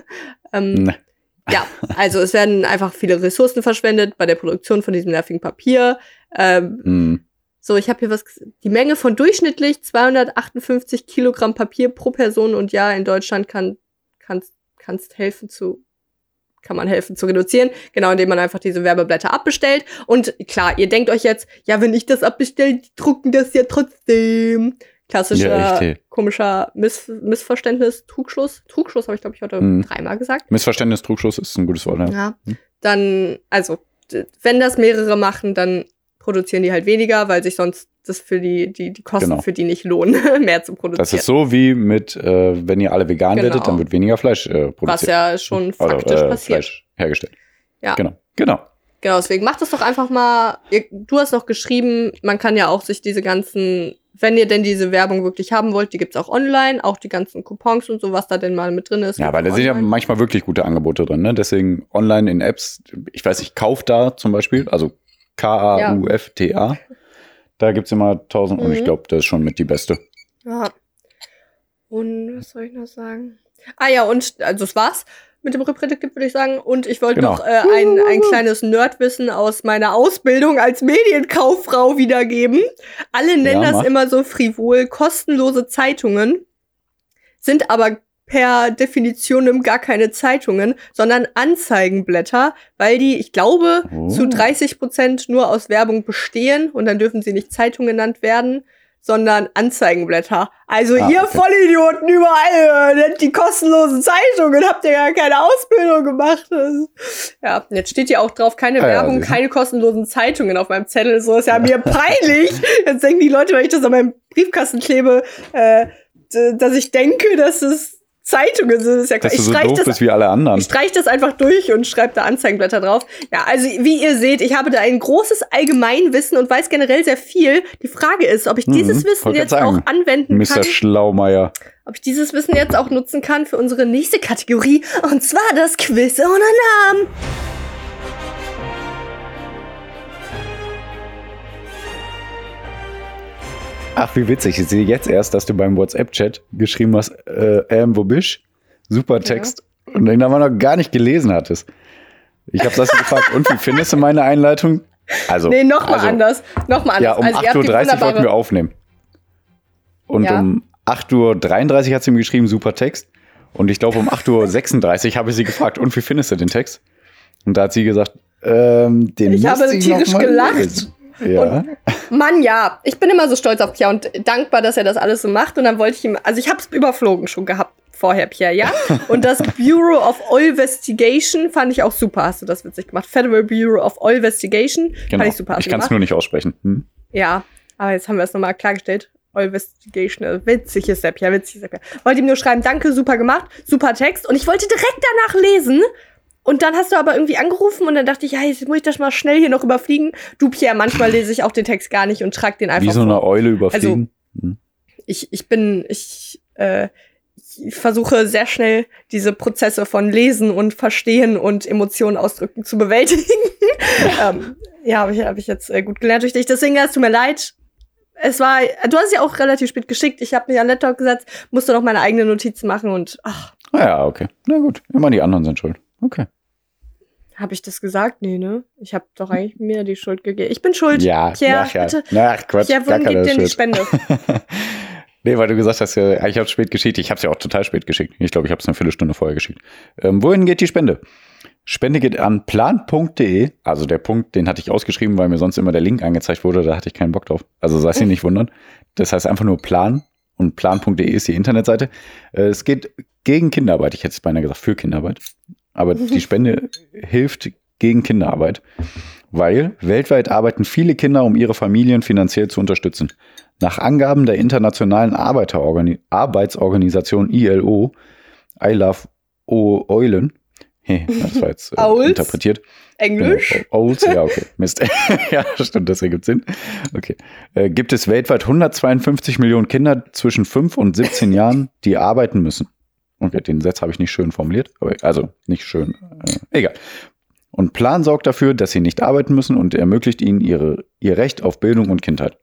Ja, also es werden einfach viele Ressourcen verschwendet bei der Produktion von diesem nervigen Papier. So, ich habe hier die Menge von durchschnittlich 258 Kilogramm Papier pro Person und Jahr in Deutschland kann man helfen zu reduzieren, genau, indem man einfach diese Werbeblätter abbestellt. Und klar, ihr denkt euch jetzt, ja, wenn ich das abbestelle, die drucken das ja trotzdem. Klassischer, komischer Missverständnis, Trugschluss. Trugschluss habe ich, glaube ich, heute 3-mal gesagt. Missverständnis, Trugschluss ist ein gutes Wort, ja. Dann, wenn das mehrere machen, dann produzieren die halt weniger, weil sich sonst das für die Kosten für die nicht lohnen, mehr zu produzieren. Das ist so wie mit, wenn ihr alle vegan werdet, dann wird weniger Fleisch produziert. Was ja schon faktisch passiert. Fleisch hergestellt. Ja. Genau, deswegen macht das doch einfach mal. Du hast noch geschrieben, man kann ja auch sich diese ganzen, wenn ihr denn diese Werbung wirklich haben wollt, die gibt's auch online, auch die ganzen Coupons und so, was da denn mal mit drin ist. Ja, weil da sind ja manchmal wirklich gute Angebote drin, ne? Deswegen online in Apps, ich weiß nicht, Kaufda zum Beispiel, also KAUFTA. Da gibt's immer 1000 und ich glaube, das ist schon mit die beste. Ja. Und was soll ich noch sagen? Ah ja, und also das war's mit dem Reprädiktiv, würde ich sagen. Und ich wollte noch ein kleines Nerdwissen aus meiner Ausbildung als Medienkauffrau wiedergeben. Alle nennen das immer so frivol, kostenlose Zeitungen, sind aber per Definition gar keine Zeitungen, sondern Anzeigenblätter, weil die, ich glaube, zu 30% nur aus Werbung bestehen und dann dürfen sie nicht Zeitung genannt werden, sondern Anzeigenblätter. Also ihr Vollidioten überall, nennt die kostenlosen Zeitungen, habt ihr ja keine Ausbildung gemacht. Ja, jetzt steht hier auch drauf, keine Werbung, keine kostenlosen Zeitungen auf meinem Zettel. So ist ja mir peinlich. Jetzt denken die Leute, wenn ich das an meinem Briefkasten klebe, dass ich denke, dass es Zeitungen sind, ist ja klar. Dass du so doof bist wie alle anderen. Ich streiche das einfach durch und schreibe da Anzeigenblätter drauf. Ja, also wie ihr seht, ich habe da ein großes Allgemeinwissen und weiß generell sehr viel. Die Frage ist, ob ich dieses Wissen jetzt auch anwenden kann. Mr. Schlaumeier. Ob ich dieses Wissen jetzt auch nutzen kann für unsere nächste Kategorie. Und zwar das Quiz ohne Namen. Ach, wie witzig. Ich sehe jetzt erst, dass du beim WhatsApp-Chat geschrieben hast, wo bist? Super Text. Ja. Und den aber noch gar nicht gelesen hattest. Ich habe das gefragt. Und wie findest du meine Einleitung? Nee, nochmal anders. Ja, um 8:30 Uhr wollten wir aufnehmen. Und um 8:33 Uhr hat sie mir geschrieben, super Text. Und ich glaube, um 8:36 Uhr habe ich sie gefragt, und wie findest du den Text? Und da hat sie gesagt, ich habe tierisch gelacht. Ja. Und Mann, ja, ich bin immer so stolz auf Pierre und dankbar, dass er das alles so macht. Und dann wollte ich ihm, also ich habe es überflogen schon gehabt vorher, Pierre, ja. Und das Bureau of Oil Investigation fand ich auch super. Hast du das witzig gemacht? Federal Bureau of Oil Investigation. Genau. Fand ich super. Ich kann es nur nicht aussprechen. Ja, aber jetzt haben wir es nochmal klargestellt. Oil Investigation, witzig ist der Pierre, witzig ist der Pierre. Wollte ihm nur schreiben, danke, super gemacht, super Text. Und ich wollte direkt danach lesen. Und dann hast du aber irgendwie angerufen und dann dachte ich, ja, jetzt muss ich das mal schnell hier noch überfliegen. Du, Pierre, manchmal lese ich auch den Text gar nicht und trage den einfach wie so eine Eule überfliegen. Also, ich versuche sehr schnell diese Prozesse von Lesen und Verstehen und Emotionen ausdrücken zu bewältigen. Hab ich jetzt gut gelernt durch dich. Deswegen, es tut mir leid. Du hast es ja auch relativ spät geschickt. Ich habe mich an den Laptop gesetzt, musste noch meine eigenen Notizen machen und Ja, okay. Na gut, immer die anderen sind schuld. Okay. Habe ich das gesagt? Nee, ne? Ich habe doch eigentlich mir die Schuld gegeben. Ich bin schuld. Ja, Pierre, bitte. Ach, Quatsch. Pierre, wohin geht denn die Spende? Nee, weil du gesagt hast, ich habe es spät geschickt. Ich habe es ja auch total spät geschickt. Ich glaube, ich habe es eine Viertelstunde vorher geschickt. Wohin geht die Spende? Spende geht an plan.de. Also der Punkt, den hatte ich ausgeschrieben, weil mir sonst immer der Link angezeigt wurde. Da hatte ich keinen Bock drauf. Also soll ich nicht wundern. Das heißt einfach nur Plan. Und plan.de ist die Internetseite. Es geht gegen Kinderarbeit. Ich hätte es beinahe gesagt, für Kinderarbeit. Aber die Spende hilft gegen Kinderarbeit, weil weltweit arbeiten viele Kinder, um ihre Familien finanziell zu unterstützen. Nach Angaben der internationalen Arbeitsorganisation ILO, I Love Eulen, das war jetzt interpretiert. Englisch? Owls, ja, okay, Mist. Ja, stimmt, das ergibt Sinn. Okay. Gibt es weltweit 152 Millionen Kinder zwischen 5 und 17 Jahren, die arbeiten müssen. Okay, den Satz habe ich nicht schön formuliert, aber also nicht schön, egal. Und Plan sorgt dafür, dass sie nicht arbeiten müssen und ermöglicht ihnen ihr Recht auf Bildung und Kindheit.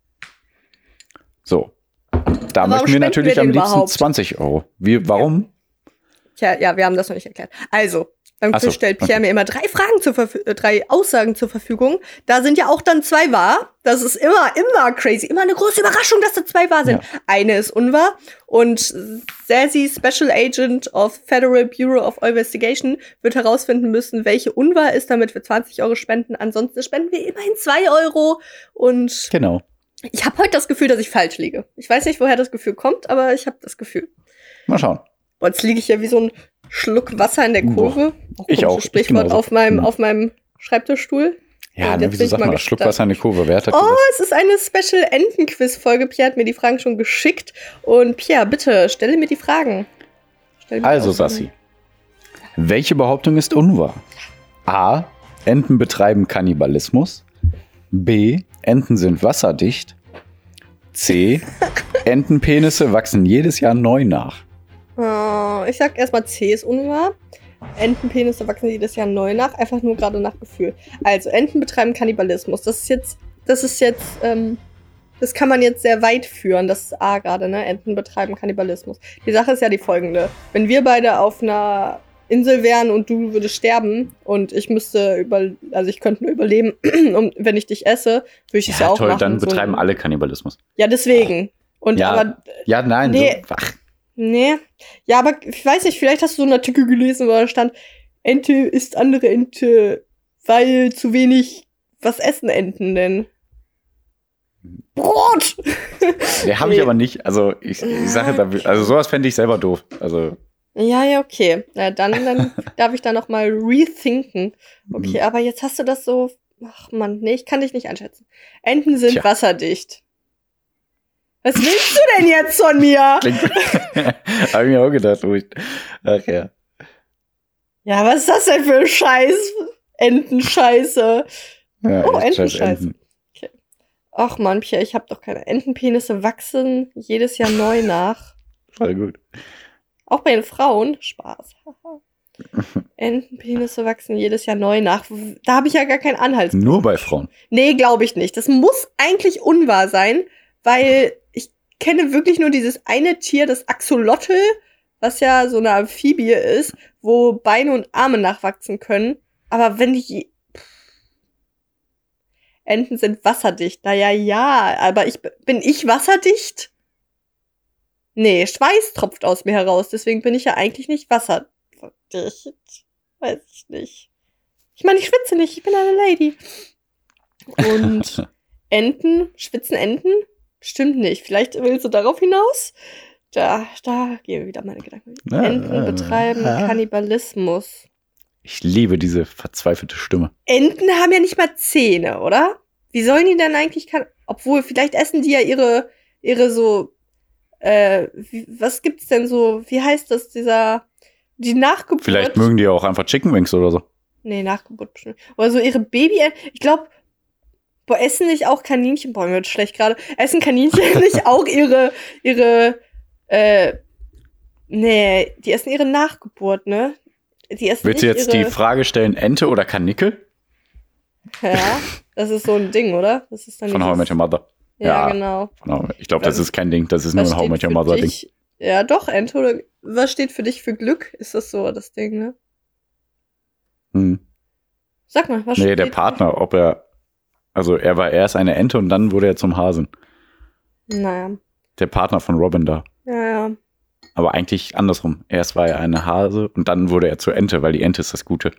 So. Da möchten wir natürlich am liebsten 20 Euro. Warum? Tja, ja, wir haben das noch nicht erklärt. Also, beim Quiz stellt Pierre mir immer 3 Aussagen zur Verfügung. Da sind ja auch dann 2 wahr. Das ist immer crazy. Immer eine große Überraschung, dass da 2 wahr sind. Ja. Eine ist unwahr. Und Sassy, Special Agent of Federal Bureau of Investigation, wird herausfinden müssen, welche unwahr ist, damit wir 20 Euro spenden. Ansonsten spenden wir immerhin 2 Euro. Und genau. Ich habe heute das Gefühl, dass ich falsch liege. Ich weiß nicht, woher das Gefühl kommt, aber ich habe das Gefühl. Mal schauen. Boah, jetzt liege ich ja wie so ein Schluck Wasser in der Kurve. Ich auch. Sprichwort auf meinem Schreibtischstuhl. Ja, wieso sagt man das? Schluck Wasser in der Kurve. Wer hat das gesagt? Es ist eine Special-Enten-Quiz-Folge. Pierre hat mir die Fragen schon geschickt. Und Pierre, bitte, stelle mir die Fragen. Also, Sassi. Welche Behauptung ist unwahr? A. Enten betreiben Kannibalismus. B. Enten sind wasserdicht. C. Entenpenisse wachsen jedes Jahr neu nach. Ich sag erstmal C ist unwahr. Entenpenisse wachsen jedes Jahr neu nach. Einfach nur gerade nach Gefühl. Also, Enten betreiben Kannibalismus. Das kann man jetzt sehr weit führen. Das ist A gerade, ne? Enten betreiben Kannibalismus. Die Sache ist ja die folgende. Wenn wir beide auf einer Insel wären und du würdest sterben und ich könnte nur überleben, wenn ich dich esse, würde ich es ja auch toll, machen. Dann betreiben alle Kannibalismus. Ja, deswegen. Und ja, aber nein, nee, so. Nee. Ja, aber ich weiß nicht, vielleicht hast du so einen Artikel gelesen, wo da stand, Ente isst andere Ente, weil zu wenig, was essen Enten denn? Brot! Nee, habe ich aber nicht. Also ich sage, also sowas fände ich selber doof. Also ja, okay. Na, dann darf ich da noch mal rethinken. Okay, aber jetzt hast du das so, ach Mann, nee, ich kann dich nicht einschätzen. Enten sind wasserdicht. Was willst du denn jetzt von mir? Hab ich mir auch gedacht. Ach ja. Ja, was ist das denn für ein Scheiß? Entenscheiße. Ja, Entenscheiße. Okay. Ach Mann, Pierre, ich hab doch keine Entenpenisse wachsen jedes Jahr neu nach. Voll gut. Auch bei den Frauen. Spaß. Entenpenisse wachsen jedes Jahr neu nach. Da habe ich ja gar keinen Anhaltspunkt. Nur bei Frauen? Nee, glaube ich nicht. Das muss eigentlich unwahr sein, weil ich kenne wirklich nur dieses eine Tier, das Axolotl, was ja so eine Amphibie ist, wo Beine und Arme nachwachsen können. Aber wenn die Enten sind wasserdicht. Naja, ja, aber bin ich wasserdicht? Nee, Schweiß tropft aus mir heraus, deswegen bin ich ja eigentlich nicht wasserdicht. Weiß ich nicht. Ich meine, ich schwitze nicht, ich bin eine Lady. Und schwitzen Enten? Bestimmt nicht. Vielleicht willst du darauf hinaus? Da gehen wieder meine Gedanken. Enten betreiben Kannibalismus. Ich liebe diese verzweifelte Stimme. Enten haben ja nicht mal Zähne, oder? Wie sollen die denn eigentlich obwohl, vielleicht essen die ja ihre so, was gibt's denn so, wie heißt das, die Nachgeburt? Vielleicht mögen die ja auch einfach Chicken Wings oder so. Nee, Nachgeburt bestimmt. Oder so ihre ich glaube, essen nicht auch Kaninchen, mir wird schlecht gerade, essen Kaninchen nicht auch ihre Nee, die essen ihre Nachgeburt, ne? Willst du jetzt die Frage stellen, Ente oder Karnickel? Ja, das ist so ein Ding, oder? Das ist dann von How I Met Your Mother. Ja, genau. Ich glaube, das ist kein Ding, das ist nur ein How I Met Your Mother Ding. Ja, doch, Ente oder was steht für dich für Glück? Ist das so das Ding, ne? Sag mal, was steht? Nee, der Partner, ob er war erst eine Ente und dann wurde er zum Hasen. Naja. Der Partner von Robin da. Ja. Aber eigentlich andersrum. Erst war er eine Hase und dann wurde er zur Ente, weil die Ente ist das Gute.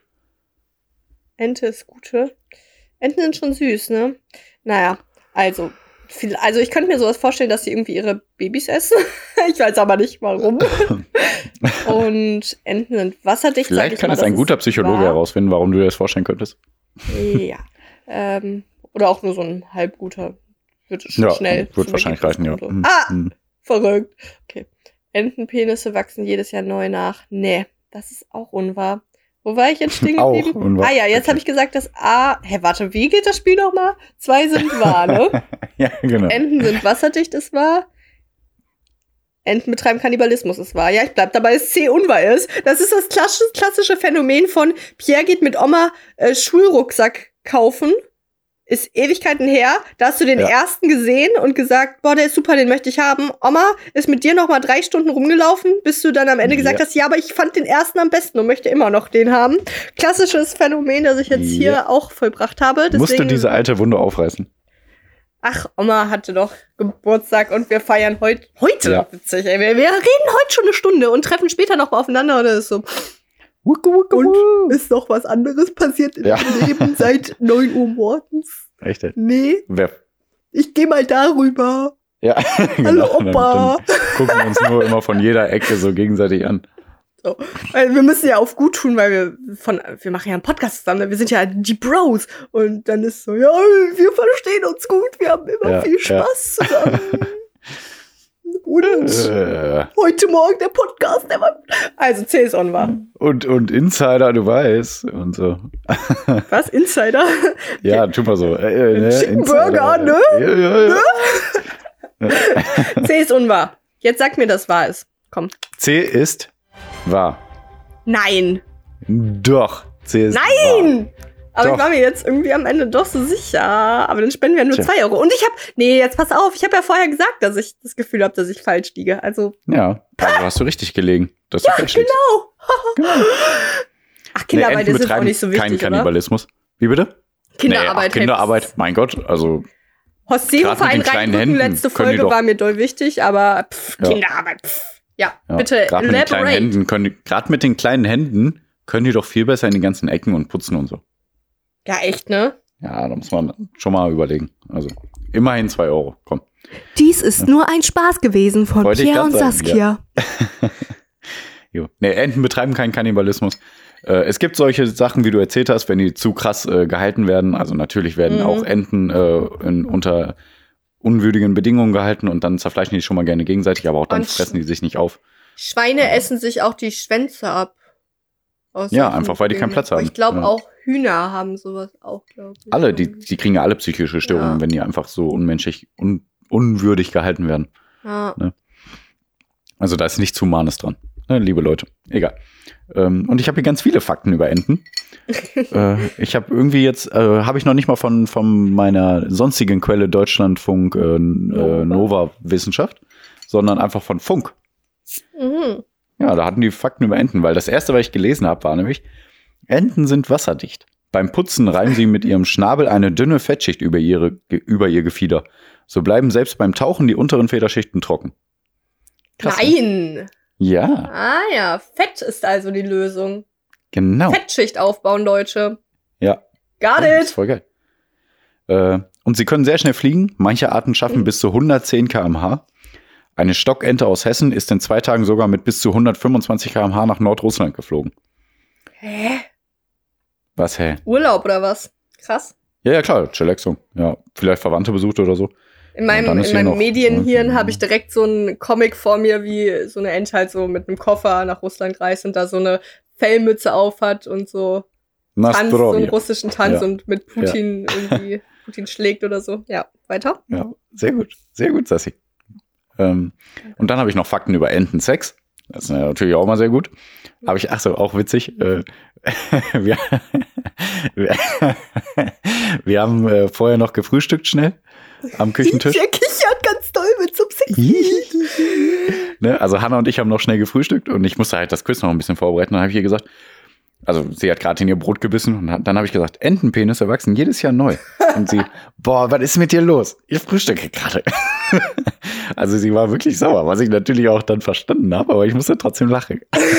Ente ist Gute. Enten sind schon süß, ne? Naja, also ich könnte mir sowas vorstellen, dass sie irgendwie ihre Babys essen. Ich weiß aber nicht, warum. Und Enten sind wasserdicht. Vielleicht kann es ein guter Psychologe herausfinden, warum du dir das vorstellen könntest. Ja. Oder auch nur so ein halbguter. Wird schon schnell. Wird wahrscheinlich reichen, ja. Verrückt. Okay. Entenpenisse wachsen jedes Jahr neu nach. Nee, das ist auch unwahr. Wo war ich jetzt stehen geblieben? Jetzt habe ich gesagt, dass warte, wie geht das Spiel nochmal? 2 sind wahr, ne? Ja, genau. Enten sind wasserdicht, ist wahr. Enten betreiben Kannibalismus, ist wahr. Ja, ich bleib dabei, dass C unwahr ist. Das ist das klassische Phänomen von Pierre geht mit Oma Schulrucksack kaufen. Ist Ewigkeiten her. Da hast du den ersten gesehen und gesagt, boah, der ist super, den möchte ich haben. Oma ist mit dir noch mal 3 Stunden rumgelaufen, bis du dann am Ende gesagt hast, ja, aber ich fand den ersten am besten und möchte immer noch den haben. Klassisches Phänomen, das ich jetzt hier auch vollbracht habe. Deswegen, musst du diese alte Wunde aufreißen? Ach, Oma hatte doch Geburtstag und wir feiern heute. Witzig, ey. Wir reden heute schon eine Stunde und treffen später noch mal aufeinander oder ist so. Und ist noch was anderes passiert in deinem Leben seit 9 Uhr morgens? Echt? Nee. Ich geh mal darüber. Ja, genau. Hallo Opa. Dann gucken wir uns nur immer von jeder Ecke so gegenseitig an. So. Weil wir müssen ja auf gut tun, weil wir machen ja einen Podcast zusammen, wir sind ja die Bros. Und dann ist so, ja, wir verstehen uns gut, wir haben immer viel Spaß zusammen. Und heute Morgen der Podcast, also C ist on war. Und Insider, du weißt. Und so. Was? Insider? Ja, tu mal so. Chicken Burger, ne? Ja. C ist unwahr. Jetzt sag mir, dass wahr ist. Komm. C ist wahr. Nein. Doch. C ist wahr. Nein! Aber ich war mir jetzt irgendwie am Ende doch so sicher. Aber dann spenden wir nur 2 Euro. Und jetzt pass auf, ich habe ja vorher gesagt, dass ich das Gefühl habe, dass ich falsch liege. Also. Ja, also hast du richtig gelegen. Dass du falsch liegst. Genau. Ach, Kinderarbeit ist auch nicht so wichtig, kein Kannibalismus. Oder? Wie bitte? Kinderarbeit. Kinderarbeit, mein Gott, also. Hosteo-Verein reindrücken, letzte Folge war mir doll wichtig, aber Kinderarbeit, Ja, bitte elaborate. Gerade mit den kleinen Händen können die doch viel besser in die ganzen Ecken und putzen und so. Ja, echt, ne? Ja, da muss man schon mal überlegen. Also, immerhin 2 Euro, komm. Dies ist nur ein Spaß gewesen von Pierre und Saskia. Ja. Nee, Enten betreiben keinen Kannibalismus. Es gibt solche Sachen, wie du erzählt hast, wenn die zu krass gehalten werden. Also natürlich werden auch Enten unter unwürdigen Bedingungen gehalten und dann zerfleischen die schon mal gerne gegenseitig, aber auch dann fressen die sich nicht auf. Schweine essen sich auch die Schwänze ab. Ja, einfach weil die keinen Platz haben. Ich glaube auch Hühner haben sowas auch, glaube ich. Alle, die kriegen ja alle psychische Störungen, wenn die einfach so unmenschlich, unwürdig gehalten werden. Ja. Ne? Also da ist nichts Humanes dran, ne, liebe Leute. Egal. Und ich habe hier ganz viele Fakten über Enten. Ich habe irgendwie jetzt, habe ich noch nicht mal von meiner sonstigen Quelle Deutschlandfunk Nova Wissenschaft, sondern einfach von Funk. Mhm. Ja, da hatten die Fakten über Enten, weil das erste, was ich gelesen habe, war nämlich, Enten sind wasserdicht. Beim Putzen reiben sie mit ihrem Schnabel eine dünne Fettschicht über ihr Gefieder. So bleiben selbst beim Tauchen die unteren Federschichten trocken. Krass, nein! Ne? Ja. Ah ja, Fett ist also die Lösung. Genau. Fettschicht aufbauen, Leute. Ja. Got it! Das ist voll geil. Und sie können sehr schnell fliegen. Manche Arten schaffen bis zu 110 km/h. Eine Stockente aus Hessen ist in 2 Tagen sogar mit bis zu 125 km/h nach Nordrussland geflogen. Hä? Was, hä? Urlaub oder was? Krass. Ja, klar, Chillaxung. Ja, vielleicht Verwandte besucht oder so. In meinem Medienhirn habe ich direkt so einen Comic vor mir, wie so eine Ente halt so mit einem Koffer nach Russland reist und da so eine Fellmütze auf hat und so tanzt, so einen russischen Tanz und mit Putin irgendwie Putin schlägt oder so. Ja, weiter? Ja, sehr gut, Sassi. Und dann habe ich noch Fakten über Entensex. Das ist natürlich auch mal sehr gut. Aber auch witzig. Wir haben vorher noch gefrühstückt schnell am Küchentisch. Der kichert ganz doll mit so ne? Also Hannah und ich haben noch schnell gefrühstückt und ich musste halt das Quiz noch ein bisschen vorbereiten. Dann habe ich ihr gesagt, also sie hat gerade in ihr Brot gebissen und dann habe ich gesagt, Entenpenisse wachsen jedes Jahr neu. Und sie, boah, was ist mit dir los? Ich frühstücke gerade. Also sie war wirklich sauer, was ich natürlich auch dann verstanden habe, aber ich musste trotzdem lachen.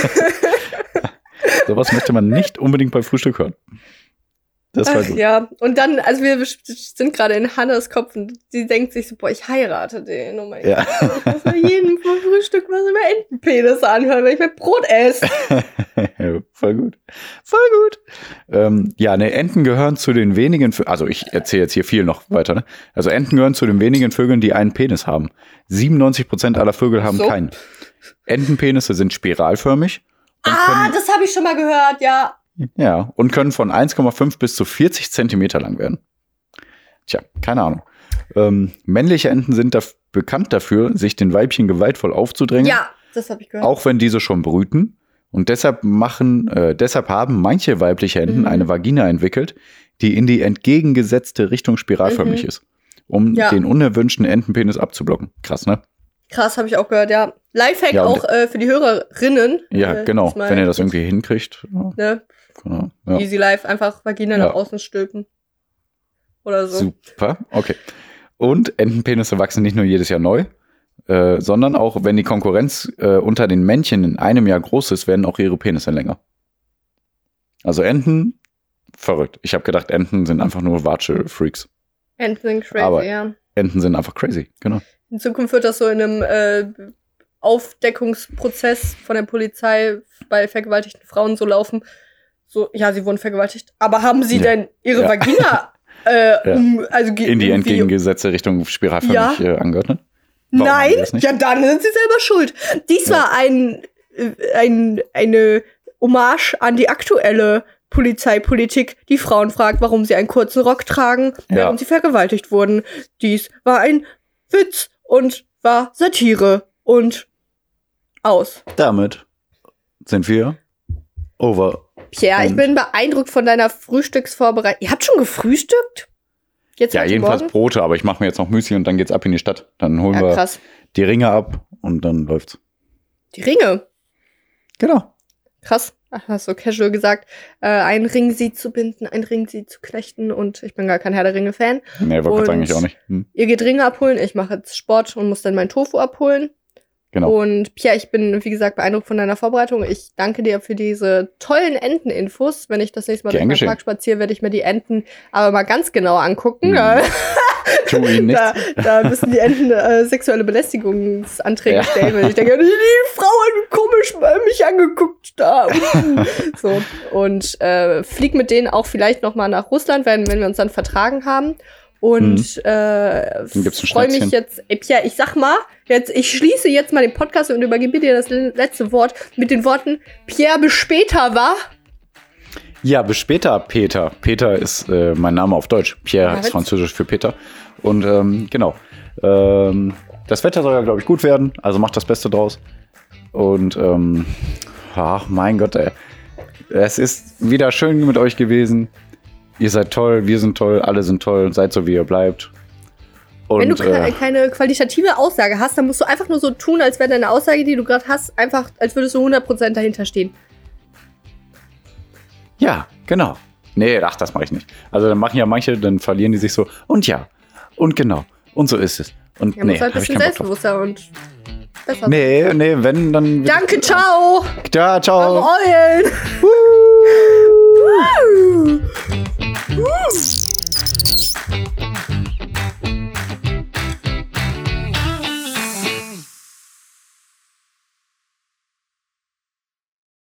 Sowas möchte man nicht unbedingt beim Frühstück hören. Das war gut. Ja, und dann, also wir sind gerade in Hannes Kopf und sie denkt sich so, boah, ich heirate den. Oh mein Gott, ich muss mir jeden vom Frühstück was über Entenpenisse anhören, wenn ich mit Brot esse. Ja, voll gut. Voll gut. Enten gehören zu den wenigen, also ich erzähle jetzt hier viel noch weiter, ne? Also Enten gehören zu den wenigen Vögeln, die einen Penis haben. 97% aller Vögel haben keinen. Entenpenisse sind spiralförmig. Das habe ich schon mal gehört, ja. Ja, und können von 1,5 bis zu 40 Zentimeter lang werden. Tja, keine Ahnung. Männliche Enten sind bekannt dafür, sich den Weibchen gewaltvoll aufzudrängen. Ja, das habe ich gehört. Auch wenn diese schon brüten. Und deshalb haben manche weibliche Enten eine Vagina entwickelt, die in die entgegengesetzte Richtung spiralförmig ist, um den unerwünschten Entenpenis abzublocken. Krass, ne? Krass, habe ich auch gehört, ja. Lifehack auch für die Hörerinnen. Ja, genau, wenn ihr das irgendwie hinkriegt. Ne? Genau, ja. Easy Life, einfach Vagina nach außen stülpen. Oder so. Super, okay. Und Entenpenisse wachsen nicht nur jedes Jahr neu, sondern auch, wenn die Konkurrenz unter den Männchen in einem Jahr groß ist, werden auch ihre Penisse länger. Also Enten, verrückt. Ich habe gedacht, Enten sind einfach nur Watsche-Freaks. Enten sind crazy, aber ja. Enten sind einfach crazy, genau. In Zukunft wird das so in einem Aufdeckungsprozess von der Polizei bei vergewaltigten Frauen so laufen. So, ja, sie wurden vergewaltigt. Aber haben sie denn ihre Vagina in die entgegengesetzte Richtung spiralförmig angeordnet? Nein, ja, dann sind sie selber schuld. Dies war eine Hommage an die aktuelle Polizeipolitik, die Frauen fragt, warum sie einen kurzen Rock tragen, während sie vergewaltigt wurden. Dies war ein Witz und war Satire und aus. Damit sind wir over. Pierre, ich bin beeindruckt von deiner Frühstücksvorbereitung. Ihr habt schon gefrühstückt? Jetzt jedenfalls morgen? Brote, aber ich mache mir jetzt noch Müsli und dann geht's ab in die Stadt. Dann holen wir die Ringe ab und dann läuft's. Die Ringe? Genau. Krass. Ach, hast du casual gesagt, ein Ring sie zu binden, ein Ring sie zu knechten und ich bin gar kein Herr der Ringe-Fan. Nee, wollte ich eigentlich auch nicht. Ihr geht Ringe abholen, ich mache jetzt Sport und muss dann mein Tofu abholen. Genau. Und Pierre, ich bin, wie gesagt, beeindruckt von deiner Vorbereitung. Ich danke dir für diese tollen Enteninfos. Wenn ich das nächste Mal durch den Park spaziere, werde ich mir die Enten aber mal ganz genau angucken. Tu ihnen nichts. Da müssen die Enten sexuelle Belästigungsanträge stellen, wenn ich denke, die Frau hat komisch mich angeguckt da. So. Und flieg mit denen auch vielleicht noch mal nach Russland, wenn wir uns dann vertragen haben. Und freue mich jetzt, Pierre, ich sag mal, ich schließe jetzt mal den Podcast und übergebe dir das letzte Wort mit den Worten, Pierre, bis später, wa? Ja, bis später, Peter. Peter ist mein Name auf Deutsch. Pierre ist französisch für Peter. Und genau. Das Wetter soll ja, glaube ich, gut werden. Also macht das Beste draus. Und ach, mein Gott, ey. Es ist wieder schön mit euch gewesen. Ihr seid toll, wir sind toll, alle sind toll. Seid so, wie ihr bleibt. Und, wenn du keine qualitative Aussage hast, dann musst du einfach nur so tun, als wäre deine Aussage, die du gerade hast, einfach, als würdest du 100% dahinter stehen. Ja, genau. Nee, ach, das mache ich nicht. Also dann machen ja manche, dann verlieren die sich so. Und ja, und genau. Und so ist es. Und ja, muss halt ein bisschen selbstbewusster und besser. Nee, wenn, dann... Danke, ciao! Ja, ciao! Am Eulen!